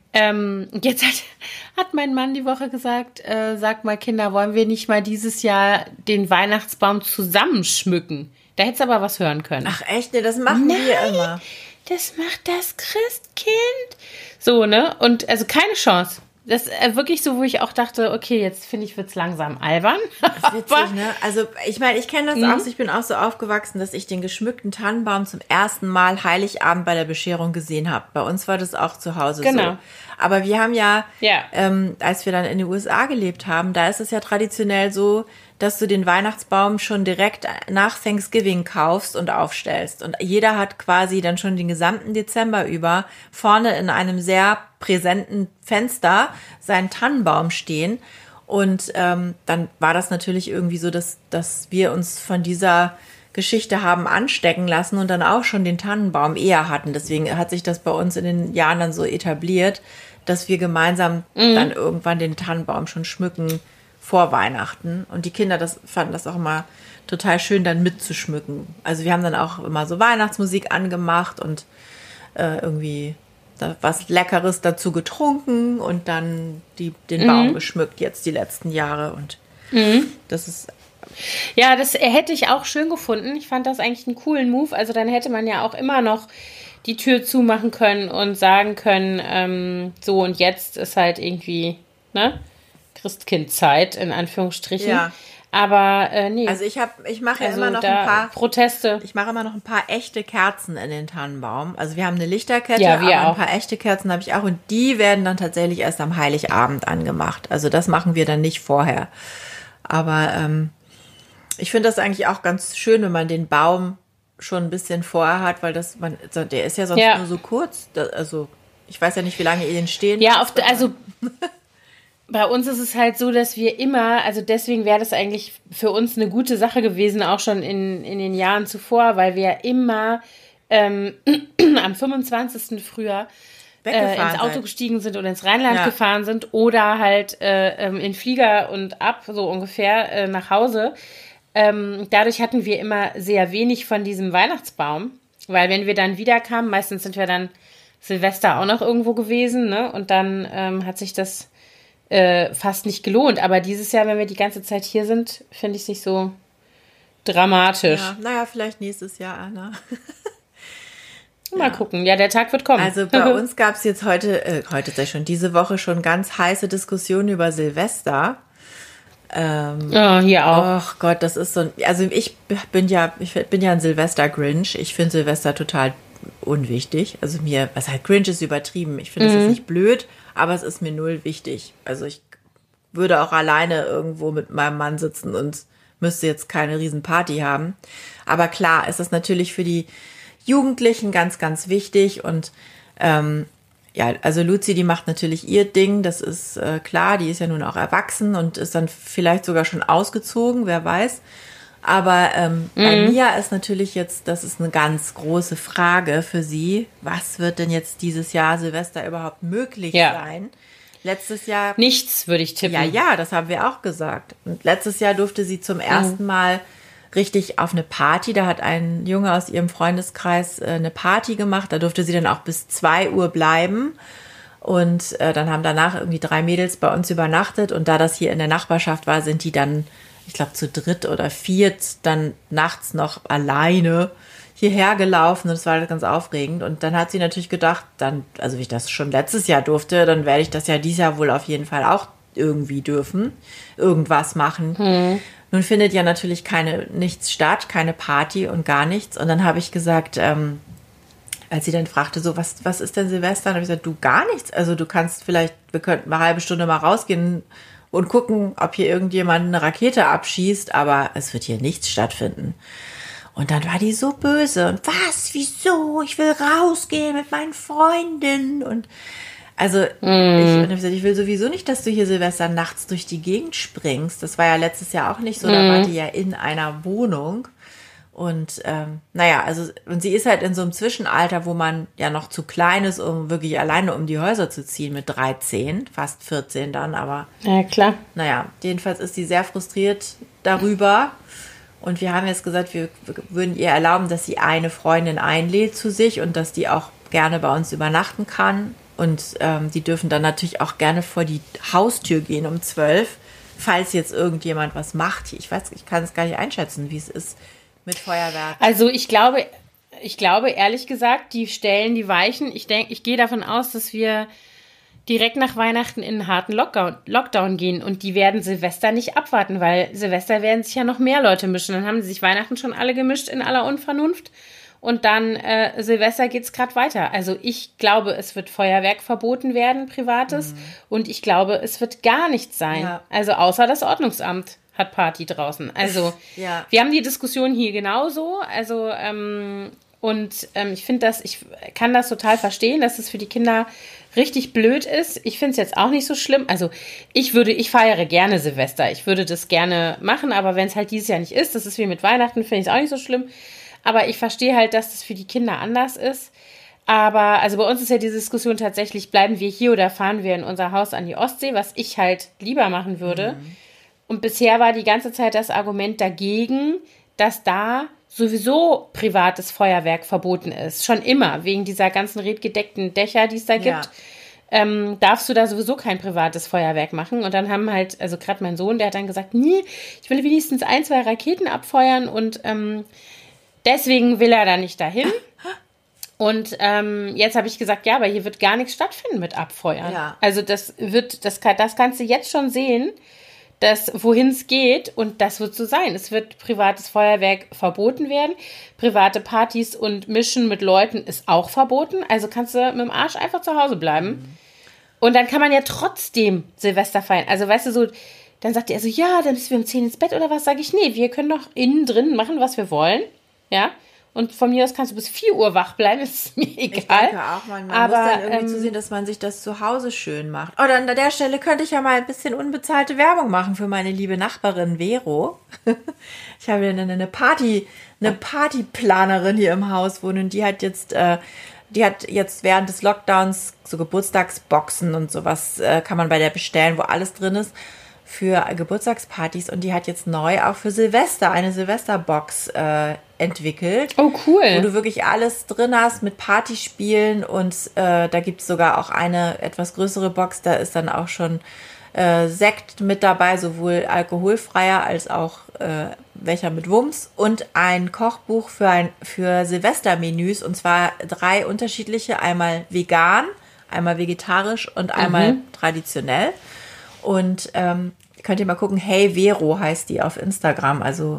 Jetzt hat mein Mann die Woche gesagt, sag mal Kinder, wollen wir nicht mal dieses Jahr den Weihnachtsbaum zusammenschmücken? Da hättest du aber was hören können. Ach echt? Nee, das machen wir immer. Das macht das Christkind. So, ne? Und also keine Chance. Das ist wirklich so, wo ich auch dachte, okay, jetzt finde ich, wird's langsam albern. Das ist witzig, ne? Also ich meine, ich kenne das auch so, ich bin auch so aufgewachsen, dass ich den geschmückten Tannenbaum zum ersten Mal Heiligabend bei der Bescherung gesehen habe. Bei uns war das auch zu Hause so. Aber wir haben als wir dann in den USA gelebt haben, da ist es ja traditionell so, dass du den Weihnachtsbaum schon direkt nach Thanksgiving kaufst und aufstellst. Und jeder hat quasi dann schon den gesamten Dezember über vorne in einem sehr präsenten Fenster seinen Tannenbaum stehen. Und dann war das natürlich irgendwie so, dass wir uns von dieser Geschichte haben anstecken lassen und dann auch schon den Tannenbaum eher hatten. Deswegen hat sich das bei uns in den Jahren dann so etabliert, dass wir gemeinsam dann irgendwann den Tannenbaum schon schmücken vor Weihnachten. Und die Kinder fanden das auch immer total schön, dann mitzuschmücken. Also wir haben dann auch immer so Weihnachtsmusik angemacht und irgendwie was Leckeres dazu getrunken und dann den Baum geschmückt jetzt die letzten Jahre. Und das ist... Ja, das hätte ich auch schön gefunden. Ich fand das eigentlich einen coolen Move. Also dann hätte man ja auch immer noch die Tür zumachen können und sagen können, so und jetzt ist halt irgendwie, Christkindzeit in Anführungsstrichen. Ja. Aber nee. Also ich mache immer noch ein paar Proteste. Ich mache immer noch ein paar echte Kerzen in den Tannenbaum. Also wir haben eine Lichterkette, ja, wir aber auch. Ein paar echte Kerzen habe ich auch und die werden dann tatsächlich erst am Heiligabend angemacht. Also das machen wir dann nicht vorher. Aber ich finde das eigentlich auch ganz schön, wenn man den Baum schon ein bisschen vorher hat, weil der ist ja sonst nur so kurz. Also ich weiß ja nicht, wie lange ihr den stehen. Ja, also bei uns ist es halt so, dass wir immer, also deswegen wäre das eigentlich für uns eine gute Sache gewesen, auch schon in den Jahren zuvor, weil wir immer am 25. früher ins Auto gestiegen sind oder ins Rheinland gefahren sind oder halt in Flieger und ab, so ungefähr, nach Hause. Dadurch hatten wir immer sehr wenig von diesem Weihnachtsbaum, weil wenn wir dann wieder kamen, meistens sind wir dann Silvester auch noch irgendwo gewesen, ne? Und dann hat sich das fast nicht gelohnt. Aber dieses Jahr, wenn wir die ganze Zeit hier sind, finde ich es nicht so dramatisch. Ja, naja, vielleicht nächstes Jahr, Anna. Mal gucken. Ja, der Tag wird kommen. Also bei uns gab es jetzt diese Woche schon ganz heiße Diskussionen über Silvester. Hier auch. Ach Gott, das ist so. Also ich bin ja ein Silvester-Grinch. Ich finde Silvester total unwichtig. Also was halt Grinch ist übertrieben. Ich finde, es ist nicht blöd, aber es ist mir null wichtig. Also ich würde auch alleine irgendwo mit meinem Mann sitzen und müsste jetzt keine Riesenparty haben. Aber klar, ist das natürlich für die Jugendlichen ganz, ganz wichtig und also Luzi, die macht natürlich ihr Ding, das ist klar, die ist ja nun auch erwachsen und ist dann vielleicht sogar schon ausgezogen, wer weiß. Aber bei Mia ist natürlich jetzt, das ist eine ganz große Frage für sie, was wird denn jetzt dieses Jahr Silvester überhaupt möglich sein? Letztes Jahr... Nichts, würde ich tippen. Ja, das haben wir auch gesagt. Und letztes Jahr durfte sie zum ersten Mal richtig auf eine Party. Da hat ein Junge aus ihrem Freundeskreis eine Party gemacht. Da durfte sie dann auch bis 2 Uhr bleiben. Und dann haben danach irgendwie 3 Mädels bei uns übernachtet. Und da das hier in der Nachbarschaft war, sind die dann, ich glaube, zu 3 oder 4 dann nachts noch alleine hierher gelaufen und es war ganz aufregend. Und dann hat sie natürlich gedacht, also wie ich das schon letztes Jahr durfte, dann werde ich das ja dieses Jahr wohl auf jeden Fall auch irgendwie dürfen, irgendwas machen. Nun findet ja natürlich nichts statt, keine Party und gar nichts. Und dann habe ich gesagt, als sie dann fragte, so, was ist denn Silvester? Dann habe ich gesagt, du, gar nichts. Also wir könnten mal eine halbe Stunde mal rausgehen und gucken, ob hier irgendjemand eine Rakete abschießt, aber es wird hier nichts stattfinden. Und dann war die so böse. Und was? Wieso? Ich will rausgehen mit meinen Freundinnen. Und also ich habe gesagt, ich will sowieso nicht, dass du hier Silvester nachts durch die Gegend springst. Das war ja letztes Jahr auch nicht so. Da war die ja in einer Wohnung. Und und sie ist halt in so einem Zwischenalter, wo man ja noch zu klein ist, um wirklich alleine um die Häuser zu ziehen mit 13, fast 14 dann, aber ja, klar. Naja, jedenfalls ist sie sehr frustriert darüber. Und wir haben jetzt gesagt, wir würden ihr erlauben, dass sie eine Freundin einlädt zu sich und dass die auch gerne bei uns übernachten kann. Und die dürfen dann natürlich auch gerne vor die Haustür gehen um 12, falls jetzt irgendjemand was macht. Ich kann es gar nicht einschätzen, wie es ist mit Feuerwerk. Also ich glaube ehrlich gesagt, die stellen die Weichen. Ich gehe davon aus, dass wir direkt nach Weihnachten in einen harten Lockdown gehen und die werden Silvester nicht abwarten, weil Silvester werden sich ja noch mehr Leute mischen. Dann haben sie sich Weihnachten schon alle gemischt in aller Unvernunft und dann Silvester geht's gerade weiter. Also ich glaube, es wird Feuerwerk verboten werden, Privates, und ich glaube, es wird gar nichts sein. Ja. Also außer das Ordnungsamt hat Party draußen. Also ja. Wir haben die Diskussion hier genauso. Also ich finde ich kann das total verstehen, dass es für die Kinder richtig blöd ist. Ich finde es jetzt auch nicht so schlimm. Also ich feiere gerne Silvester. Ich würde das gerne machen, aber wenn es halt dieses Jahr nicht ist, das ist wie mit Weihnachten, finde ich es auch nicht so schlimm. Aber ich verstehe halt, dass das für die Kinder anders ist. Aber also bei uns ist ja die Diskussion tatsächlich, bleiben wir hier oder fahren wir in unser Haus an die Ostsee, was ich halt lieber machen würde. Und bisher war die ganze Zeit das Argument dagegen, dass da sowieso privates Feuerwerk verboten ist. Schon immer, wegen dieser ganzen redgedeckten Dächer, die es da gibt, darfst du da sowieso kein privates Feuerwerk machen. Und dann haben halt, also gerade mein Sohn, der hat dann gesagt, nee, ich will wenigstens 1, 2 Raketen abfeuern und deswegen will er da nicht dahin. Und jetzt habe ich gesagt, ja, aber hier wird gar nichts stattfinden mit Abfeuern. Ja. Also das kannst du jetzt schon sehen, wohin es geht, und das wird so sein. Es wird privates Feuerwerk verboten werden. Private Partys und Mischen mit Leuten ist auch verboten. Also kannst du mit dem Arsch einfach zu Hause bleiben. Und dann kann man ja trotzdem Silvester feiern. Also weißt du, so, dann sagt er so, ja, dann müssen wir um 10 ins Bett oder was? Sage ich, nee, wir können doch innen drin machen, was wir wollen. Ja. Und von mir aus kannst du bis 4 Uhr wach bleiben, ist mir egal. Ich denke auch, man muss dann irgendwie zusehen, dass man sich das zu Hause schön macht. Oder an der Stelle könnte ich ja mal ein bisschen unbezahlte Werbung machen für meine liebe Nachbarin Vero. Ich habe eine Partyplanerin hier im Haus wohnen, die hat jetzt während des Lockdowns so Geburtstagsboxen und sowas kann man bei der bestellen, wo alles drin ist für Geburtstagspartys, und die hat jetzt neu auch für Silvester eine Silvesterbox entwickelt. Oh, cool. Wo du wirklich alles drin hast mit Partyspielen, und da gibt es sogar auch eine etwas größere Box, da ist dann auch schon Sekt mit dabei, sowohl alkoholfreier als auch welcher mit Wumms, und ein Kochbuch für Silvestermenüs, und zwar 3 unterschiedliche, einmal vegan, einmal vegetarisch und einmal traditionell. Und könnt ihr mal gucken, Hey Vero heißt die auf Instagram, also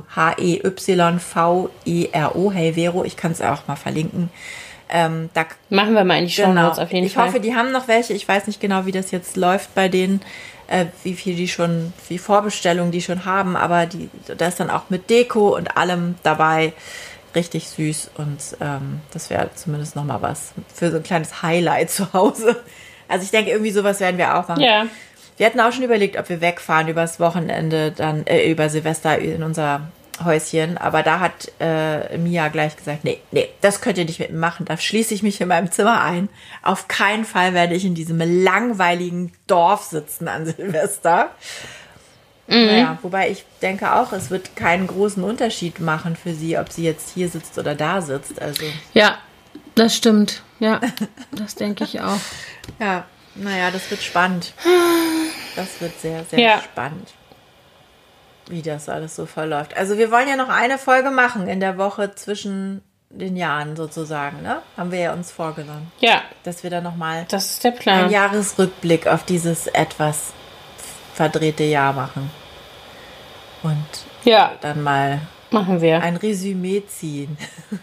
HEYVERO, Hey Vero, ich kann es auch mal verlinken. Da machen wir mal in die Shownotes auf jeden Fall. Ich hoffe, die haben noch welche, ich weiß nicht genau, wie das jetzt läuft bei denen, wie Vorbestellungen die schon haben, aber da ist dann auch mit Deko und allem dabei, richtig süß, und das wäre zumindest nochmal was für so ein kleines Highlight zu Hause. Also ich denke, irgendwie sowas werden wir auch machen. Ja. Wir hatten auch schon überlegt, ob wir wegfahren übers Wochenende, dann über Silvester in unser Häuschen. Aber da hat Mia gleich gesagt, nee, das könnt ihr nicht mit mir machen. Da schließe ich mich in meinem Zimmer ein. Auf keinen Fall werde ich in diesem langweiligen Dorf sitzen an Silvester. Naja, wobei ich denke auch, es wird keinen großen Unterschied machen für sie, ob sie jetzt hier sitzt oder da sitzt. Also. Ja, das stimmt. Ja, das denke ich auch. Ja. Naja, das wird spannend. Das wird sehr, sehr spannend, wie das alles so verläuft. Also wir wollen ja noch eine Folge machen in der Woche zwischen den Jahren sozusagen, ne? Haben wir ja uns vorgenommen. Ja. Dass wir dann nochmal das ist der Plan. einen Jahresrückblick auf dieses etwas verdrehte Jahr machen. Und dann mal machen wir ein Resümee ziehen.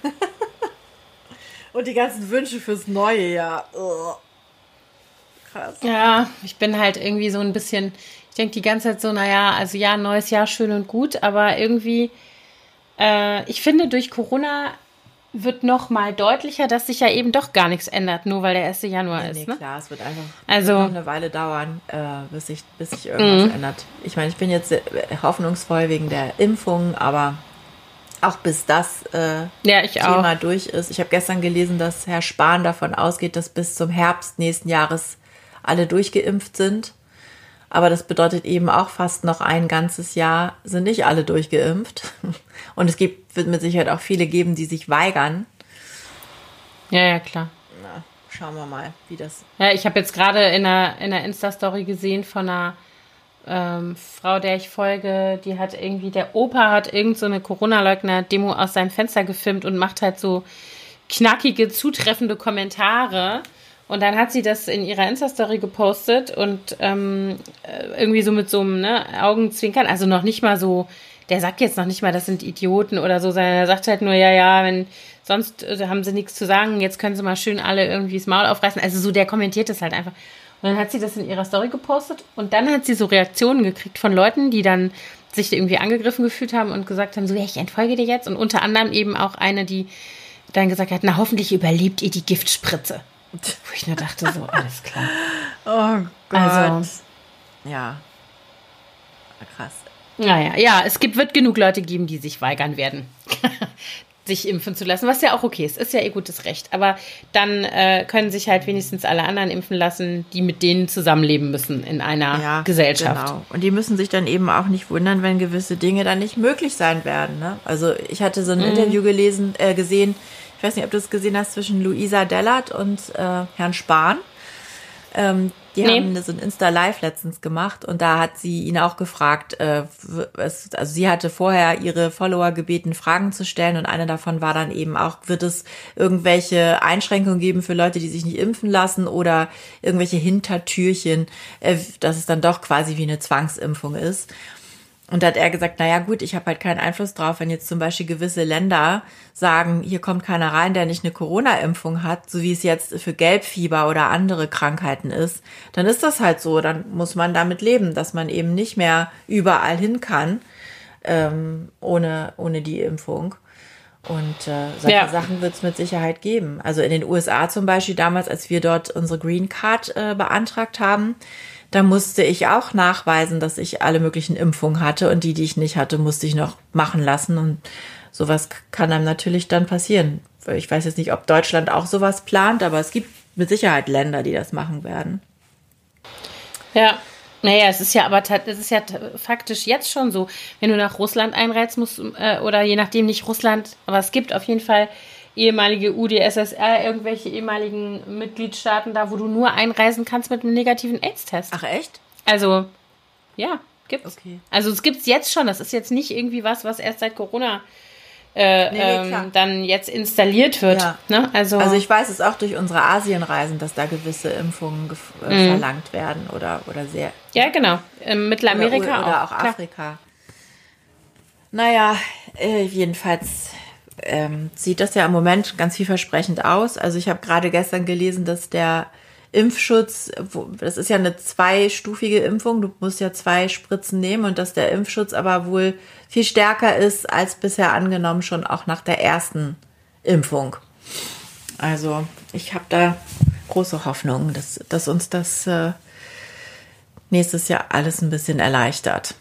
Und die ganzen Wünsche fürs neue Jahr. Oh. Krass. Ja, ich bin halt irgendwie so ein bisschen, ich denke die ganze Zeit so, naja, also ja, neues Jahr, schön und gut, aber irgendwie, ich finde, durch Corona wird noch mal deutlicher, dass sich ja eben doch gar nichts ändert, nur weil der 1. Januar ist. Nee, ne? Klar, es wird einfach noch eine Weile dauern, bis sich irgendwas ändert. Ich meine, ich bin jetzt hoffnungsvoll wegen der Impfung, aber auch bis das Thema durch ist. Ich habe gestern gelesen, dass Herr Spahn davon ausgeht, dass bis zum Herbst nächsten Jahres alle durchgeimpft sind. Aber das bedeutet eben auch fast noch ein ganzes Jahr sind nicht alle durchgeimpft. Und wird mit Sicherheit auch viele geben, die sich weigern. Ja, klar. Na, schauen wir mal, wie das... Ja, ich habe jetzt gerade in einer Insta-Story gesehen von einer Frau, der ich folge, die hat irgendwie, der Opa hat irgend so eine Corona-Leugner-Demo aus seinem Fenster gefilmt und macht halt so knackige, zutreffende Kommentare. Und dann hat sie das in ihrer Insta-Story gepostet und irgendwie so mit so einem Augenzwinkern, also noch nicht mal so, der sagt jetzt noch nicht mal, das sind Idioten oder so, sondern er sagt halt nur, ja, wenn sonst haben sie nichts zu sagen, jetzt können sie mal schön alle irgendwie das Maul aufreißen. Also so, der kommentiert das halt einfach. Und dann hat sie das in ihrer Story gepostet und dann hat sie so Reaktionen gekriegt von Leuten, die dann sich irgendwie angegriffen gefühlt haben und gesagt haben, so, ja, ich entfolge dir jetzt. Und unter anderem eben auch eine, die dann gesagt hat, na, hoffentlich überlebt ihr die Giftspritze. Wo ich nur dachte, so, alles klar. Oh Gott. Also, ja. Krass. Naja, ja, wird genug Leute geben, die sich weigern werden, sich impfen zu lassen, was ja auch okay ist. Ist ja ihr gutes Recht. Aber dann können sich halt wenigstens alle anderen impfen lassen, die mit denen zusammenleben müssen in einer Gesellschaft. Genau. Und die müssen sich dann eben auch nicht wundern, wenn gewisse Dinge dann nicht möglich sein werden. Ne? Also ich hatte so ein Interview gesehen, ich weiß nicht, ob du es gesehen hast, zwischen Luisa Dellert und Herrn Spahn. Die haben so ein Insta-Live letztens gemacht und da hat sie ihn auch gefragt, also sie hatte vorher ihre Follower gebeten, Fragen zu stellen und eine davon war dann eben auch, wird es irgendwelche Einschränkungen geben für Leute, die sich nicht impfen lassen oder irgendwelche Hintertürchen, dass es dann doch quasi wie eine Zwangsimpfung ist. Und da hat er gesagt, naja gut, ich habe halt keinen Einfluss drauf, wenn jetzt zum Beispiel gewisse Länder sagen, hier kommt keiner rein, der nicht eine Corona-Impfung hat, so wie es jetzt für Gelbfieber oder andere Krankheiten ist, dann ist das halt so, dann muss man damit leben, dass man eben nicht mehr überall hin kann, ohne die Impfung. Und solche Sachen wird es mit Sicherheit geben. Also in den USA zum Beispiel damals, als wir dort unsere Green Card beantragt haben, da musste ich auch nachweisen, dass ich alle möglichen Impfungen hatte und die ich nicht hatte, musste ich noch machen lassen und sowas kann einem natürlich dann passieren. Ich weiß jetzt nicht, ob Deutschland auch sowas plant, aber es gibt mit Sicherheit Länder, die das machen werden. Ja, naja, es ist ja faktisch jetzt schon so, wenn du nach Russland einreist musst oder je nachdem nicht Russland, aber es gibt auf jeden Fall ehemalige UdSSR, irgendwelche ehemaligen Mitgliedstaaten da, wo du nur einreisen kannst mit einem negativen AIDS-Test. Ach echt? Also, ja, gibt's. Okay. Also es gibt's jetzt schon. Das ist jetzt nicht irgendwie was erst seit Corona dann jetzt installiert wird. Ja. Ne? Also ich weiß es auch durch unsere Asienreisen, dass da gewisse Impfungen verlangt werden oder sehr. Ja, genau. Mittelamerika oder auch Afrika. Naja, jedenfalls sieht das ja im Moment ganz vielversprechend aus. Also ich habe gerade gestern gelesen, dass der Impfschutz, das ist ja eine zweistufige Impfung, du musst ja 2 Spritzen nehmen und dass der Impfschutz aber wohl viel stärker ist als bisher angenommen, schon auch nach der ersten Impfung. Also ich habe da große Hoffnung, dass uns das nächstes Jahr alles ein bisschen erleichtert.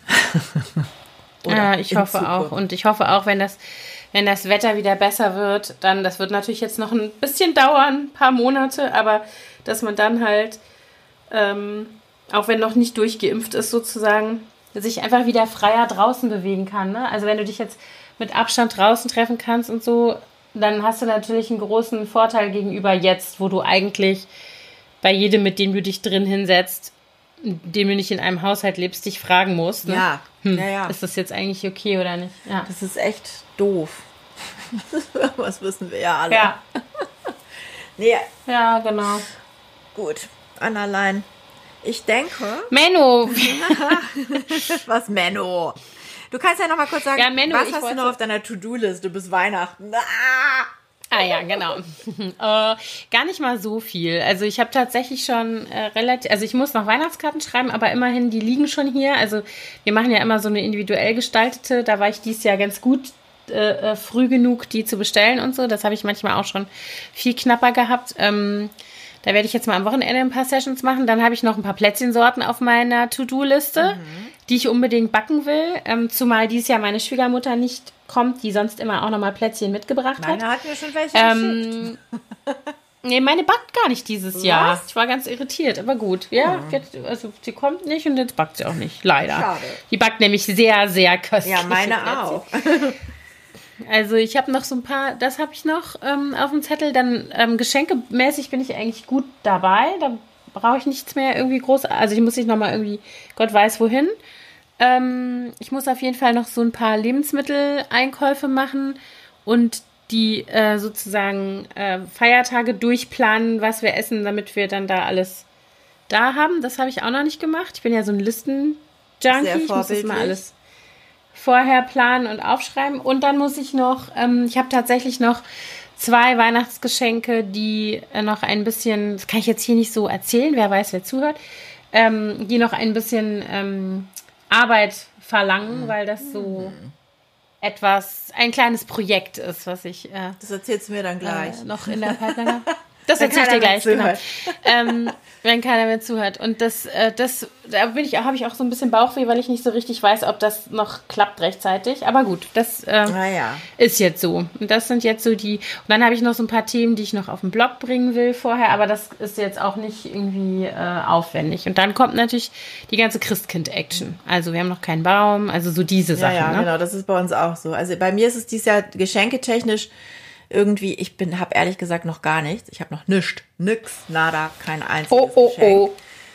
Ja, ich hoffe auch. Und ich hoffe auch, wenn das Wetter wieder besser wird, dann, das wird natürlich jetzt noch ein bisschen dauern, ein paar Monate, aber dass man dann halt, auch wenn noch nicht durchgeimpft ist sozusagen, sich einfach wieder freier draußen bewegen kann. Ne? Also wenn du dich jetzt mit Abstand draußen treffen kannst und so, dann hast du natürlich einen großen Vorteil gegenüber jetzt, wo du eigentlich bei jedem, mit dem du dich drin hinsetzt, dem du nicht in einem Haushalt lebst, dich fragen musst. Ne? Ja. Ja. Ist das jetzt eigentlich okay oder nicht? Ja. Das ist echt doof. Was wissen wir ja alle. Ja. Nee, Ja, genau. gut. Annerlein. Ich denke... Menno. Was, Menno? Du kannst ja noch mal kurz sagen, Ja, Menno, was ich hast du wollte- noch auf deiner To-Do-Liste bis Weihnachten? Ah ja, genau. Gar nicht mal so viel. Also ich habe tatsächlich schon also ich muss noch Weihnachtskarten schreiben, aber immerhin, die liegen schon hier. Also wir machen ja immer so eine individuell gestaltete. Da war ich dieses Jahr ganz gut früh genug, die zu bestellen und so. Das habe ich manchmal auch schon viel knapper gehabt. Da werde ich jetzt mal am Wochenende ein paar Sessions machen. Dann habe ich noch ein paar Plätzchensorten auf meiner To-Do-Liste, die ich unbedingt backen will. Zumal dieses Jahr meine Schwiegermutter nicht kommt, die sonst immer auch noch mal Plätzchen mitgebracht hat. Meine hat mir schon welche geschickt. Nee, meine backt gar nicht dieses Jahr. Ich war ganz irritiert, aber gut. Ja, jetzt, also sie kommt nicht und jetzt backt sie auch nicht, leider. Schade. Die backt nämlich sehr, sehr köstlich. Ja, meine auch. Also ich habe noch so ein paar, das habe ich noch auf dem Zettel. Dann geschenkemäßig bin ich eigentlich gut dabei. Da brauche ich nichts mehr irgendwie groß. Also ich muss nicht nochmal irgendwie, Gott weiß wohin. Ich muss auf jeden Fall noch so ein paar Lebensmitteleinkäufe machen und die sozusagen Feiertage durchplanen, was wir essen, damit wir dann da alles da haben. Das habe ich auch noch nicht gemacht. Ich bin ja so ein Listen-Junkie. Sehr Ich muss das mal vorbildlich. alles vorher planen und aufschreiben. Und dann muss ich noch, ich habe tatsächlich noch 2 Weihnachtsgeschenke, die noch ein bisschen, das kann ich jetzt hier nicht so erzählen, wer weiß, wer zuhört, die noch ein bisschen Arbeit verlangen, weil das so ein kleines Projekt ist, was ich Das erzählst du mir dann gleich. noch in der Pipeline habe. Das Wenn erzähle ich dir keiner gleich, mehr genau. Wenn keiner mehr zuhört. Und da habe ich auch so ein bisschen Bauchweh, weil ich nicht so richtig weiß, ob das noch klappt rechtzeitig. Aber gut, das Naja. ist jetzt so. Und das sind jetzt so die. Und dann habe ich noch so ein paar Themen, die ich noch auf den Blog bringen will vorher, aber das ist jetzt auch nicht irgendwie aufwendig. Und dann kommt natürlich die ganze Christkind-Action. Also wir haben noch keinen Baum, also so diese Sachen. Ja, ne? genau, das ist bei uns auch so. Also bei mir ist es dieses Jahr geschenketechnisch irgendwie, habe ehrlich gesagt noch gar nichts. Ich habe noch nichts. Nix, nada, kein einziges Geschenk.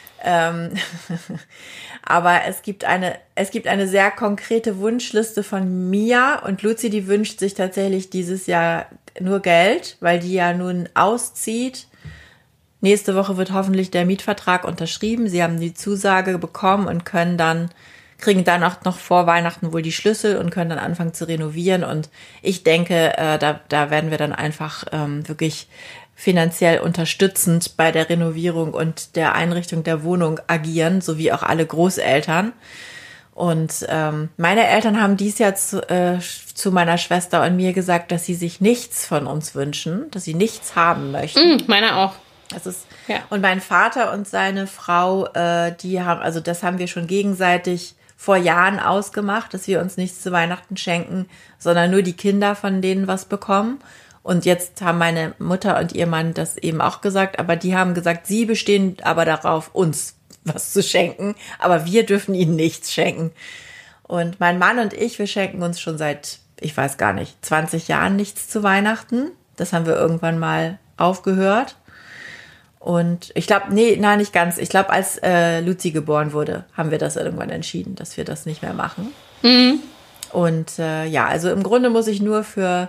Aber es gibt eine sehr konkrete Wunschliste von Mia und Luzi, die wünscht sich tatsächlich dieses Jahr nur Geld, weil die ja nun auszieht. Nächste Woche wird hoffentlich der Mietvertrag unterschrieben. Sie haben die Zusage bekommen und kriegen dann auch noch vor Weihnachten wohl die Schlüssel und können dann anfangen zu renovieren. Und ich denke, da werden wir dann einfach wirklich finanziell unterstützend bei der Renovierung und der Einrichtung der Wohnung agieren, sowie auch alle Großeltern. Und meine Eltern haben dies Jahr zu meiner Schwester und mir gesagt, dass sie sich nichts von uns wünschen, dass sie nichts haben möchten. Meine auch. Das ist, Ja. Und mein Vater und seine Frau, das haben wir schon gegenseitig vor Jahren ausgemacht, dass wir uns nichts zu Weihnachten schenken, sondern nur die Kinder von denen was bekommen. Und jetzt haben meine Mutter und ihr Mann das eben auch gesagt, aber die haben gesagt, sie bestehen aber darauf, uns was zu schenken, aber wir dürfen ihnen nichts schenken. Und mein Mann und ich, wir schenken uns schon seit, ich weiß gar nicht, 20 Jahren nichts zu Weihnachten. Das haben wir irgendwann mal aufgehört. Und ich glaube, nicht ganz. Ich glaube, als Luzi geboren wurde, haben wir das irgendwann entschieden, dass wir das nicht mehr machen. Mhm. Und also im Grunde muss ich nur für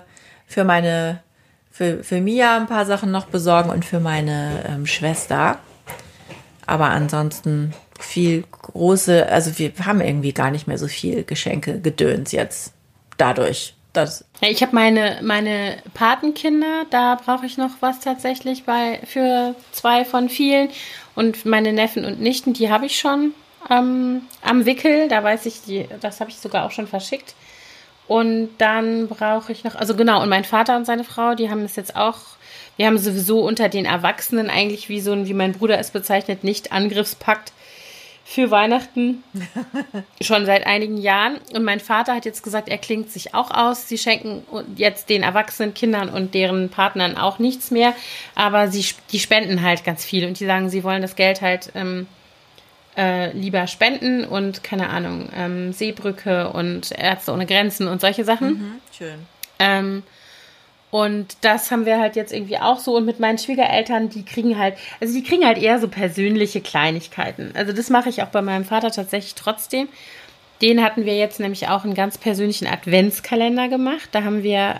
Mia ein paar Sachen noch besorgen und für meine Schwester. Aber ansonsten also wir haben irgendwie gar nicht mehr so viel Geschenke-Gedöns jetzt dadurch. Ja, ich habe meine Patenkinder, da brauche ich noch was tatsächlich für 2 von vielen. Und meine Neffen und Nichten, die habe ich schon am Wickel. Da weiß ich, das habe ich sogar auch schon verschickt. Und dann brauche ich noch, also genau, und mein Vater und seine Frau, die haben es jetzt auch, wir haben sowieso unter den Erwachsenen eigentlich wie mein Bruder es bezeichnet, nicht Angriffspakt für Weihnachten schon seit einigen Jahren. Und mein Vater hat jetzt gesagt, er klingt sich auch aus. Sie schenken jetzt den erwachsenen Kindern und deren Partnern auch nichts mehr. Aber die spenden halt ganz viel. Und die sagen, sie wollen das Geld halt lieber spenden und, keine Ahnung, Seebrücke und Ärzte ohne Grenzen und solche Sachen. Schön. Und das haben wir halt jetzt irgendwie auch so. Und mit meinen Schwiegereltern, die kriegen halt eher so persönliche Kleinigkeiten. Also das mache ich auch bei meinem Vater tatsächlich trotzdem. Den hatten wir jetzt nämlich auch einen ganz persönlichen Adventskalender gemacht. Da haben wir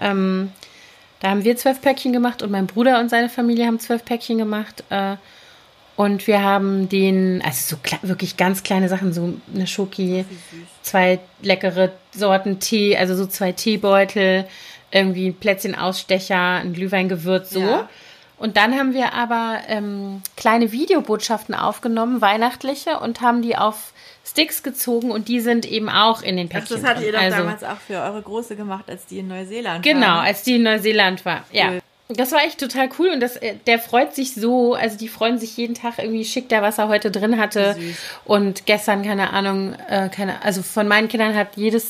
12 Päckchen gemacht und mein Bruder und seine Familie haben 12 Päckchen gemacht. Und wir haben wirklich ganz kleine Sachen, so eine Schoki, 2 leckere Sorten Tee, also so 2 Teebeutel, irgendwie ein Plätzchenausstecher, ein Glühweingewürz, so. Ja. Und dann haben wir aber kleine Videobotschaften aufgenommen, weihnachtliche, und haben die auf Sticks gezogen und die sind eben auch in den Päckchen. Das hattet ihr doch damals auch für eure Große gemacht, als die in Neuseeland war. Genau, als die in Neuseeland war, ja. Cool. Das war echt total cool und der freut sich so, also die freuen sich jeden Tag irgendwie, schickt er, was er heute drin hatte. Süß. Und gestern, keine Ahnung, also von meinen Kindern hat jedes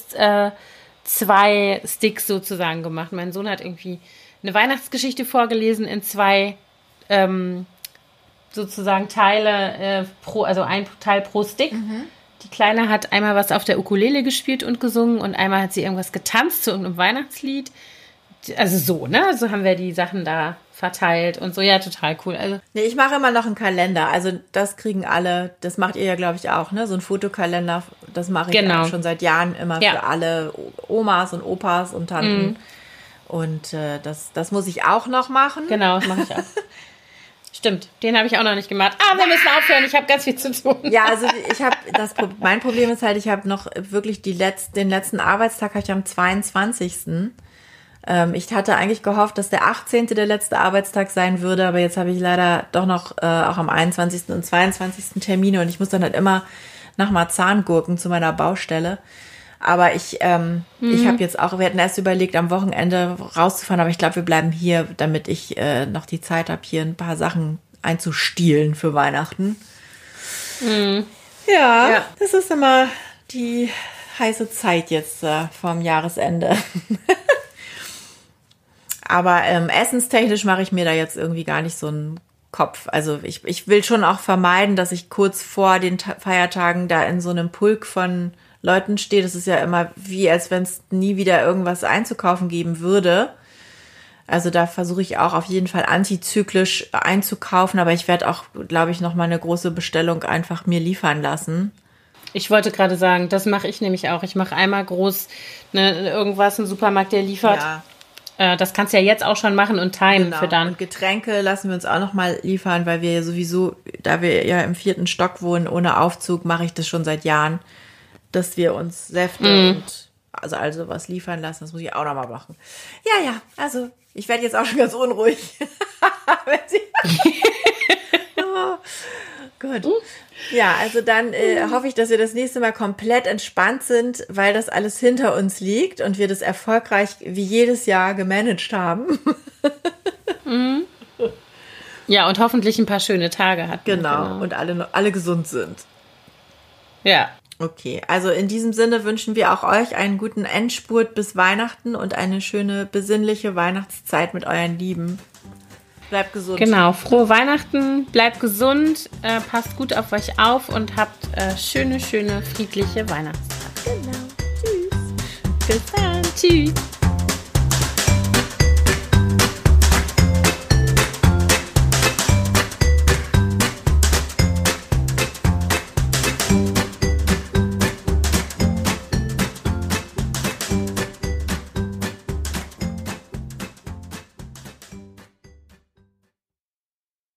2 Sticks sozusagen gemacht. Mein Sohn hat irgendwie eine Weihnachtsgeschichte vorgelesen in 2 sozusagen Teile, also ein Teil pro Stick. Mhm. Die Kleine hat einmal was auf der Ukulele gespielt und gesungen und einmal hat sie irgendwas getanzt zu irgendeinem Weihnachtslied. Also so, ne? So haben wir die Sachen da verteilt und so. Ja, total cool. Also nee, ich mache immer noch einen Kalender. Also das kriegen alle, das macht ihr ja, glaube ich, auch, ne? So ein Fotokalender, das mache ich ja schon seit Jahren immer für alle Omas und Opas und Tanten. Mhm. Und das muss ich auch noch machen. Genau, das mache ich auch. Stimmt, den habe ich auch noch nicht gemacht. Wir müssen aufhören, ich habe ganz viel zu tun. Ja, also mein Problem ist halt, ich habe noch wirklich den letzten Arbeitstag habe ich am 22. Ich hatte eigentlich gehofft, dass der 18. der letzte Arbeitstag sein würde, aber jetzt habe ich leider doch noch auch am 21. und 22. Termine und ich muss dann halt immer nach Marzahn gurken zu meiner Baustelle. Aber ich habe jetzt auch, wir hatten erst überlegt, am Wochenende rauszufahren, aber ich glaube, wir bleiben hier, damit ich noch die Zeit habe, hier ein paar Sachen einzustielen für Weihnachten. Mhm. Ja, das ist immer die heiße Zeit jetzt vorm Jahresende. Aber essenstechnisch mache ich mir da jetzt irgendwie gar nicht so einen Kopf. Also ich will schon auch vermeiden, dass ich kurz vor den Feiertagen da in so einem Pulk von Leuten stehe. Das ist ja immer wie, als wenn es nie wieder irgendwas einzukaufen geben würde. Also da versuche ich auch auf jeden Fall antizyklisch einzukaufen. Aber ich werde auch, glaube ich, noch mal eine große Bestellung einfach mir liefern lassen. Ich wollte gerade sagen, das mache ich nämlich auch. Ich mache einmal groß irgendwas, ein Supermarkt, der liefert. Ja. Das kannst du ja jetzt auch schon machen und timen für dann. Und Getränke lassen wir uns auch noch mal liefern, weil wir ja sowieso, da wir ja im 4. Stock wohnen, ohne Aufzug, mache ich das schon seit Jahren, dass wir uns Säfte und also was liefern lassen. Das muss ich auch noch mal machen. Ja, also ich werde jetzt auch schon ganz unruhig. Oh, gut. Ja, also dann hoffe ich, dass wir das nächste Mal komplett entspannt sind, weil das alles hinter uns liegt und wir das erfolgreich wie jedes Jahr gemanagt haben. Ja, und hoffentlich ein paar schöne Tage hatten. Genau. Und alle gesund sind. Ja. Okay, also in diesem Sinne wünschen wir auch euch einen guten Endspurt bis Weihnachten und eine schöne, besinnliche Weihnachtszeit mit euren Lieben. Bleibt gesund. Genau, frohe Weihnachten, bleibt gesund, passt gut auf euch auf und habt schöne, friedliche Weihnachtstage. Genau, tschüss. Bis dann, tschüss.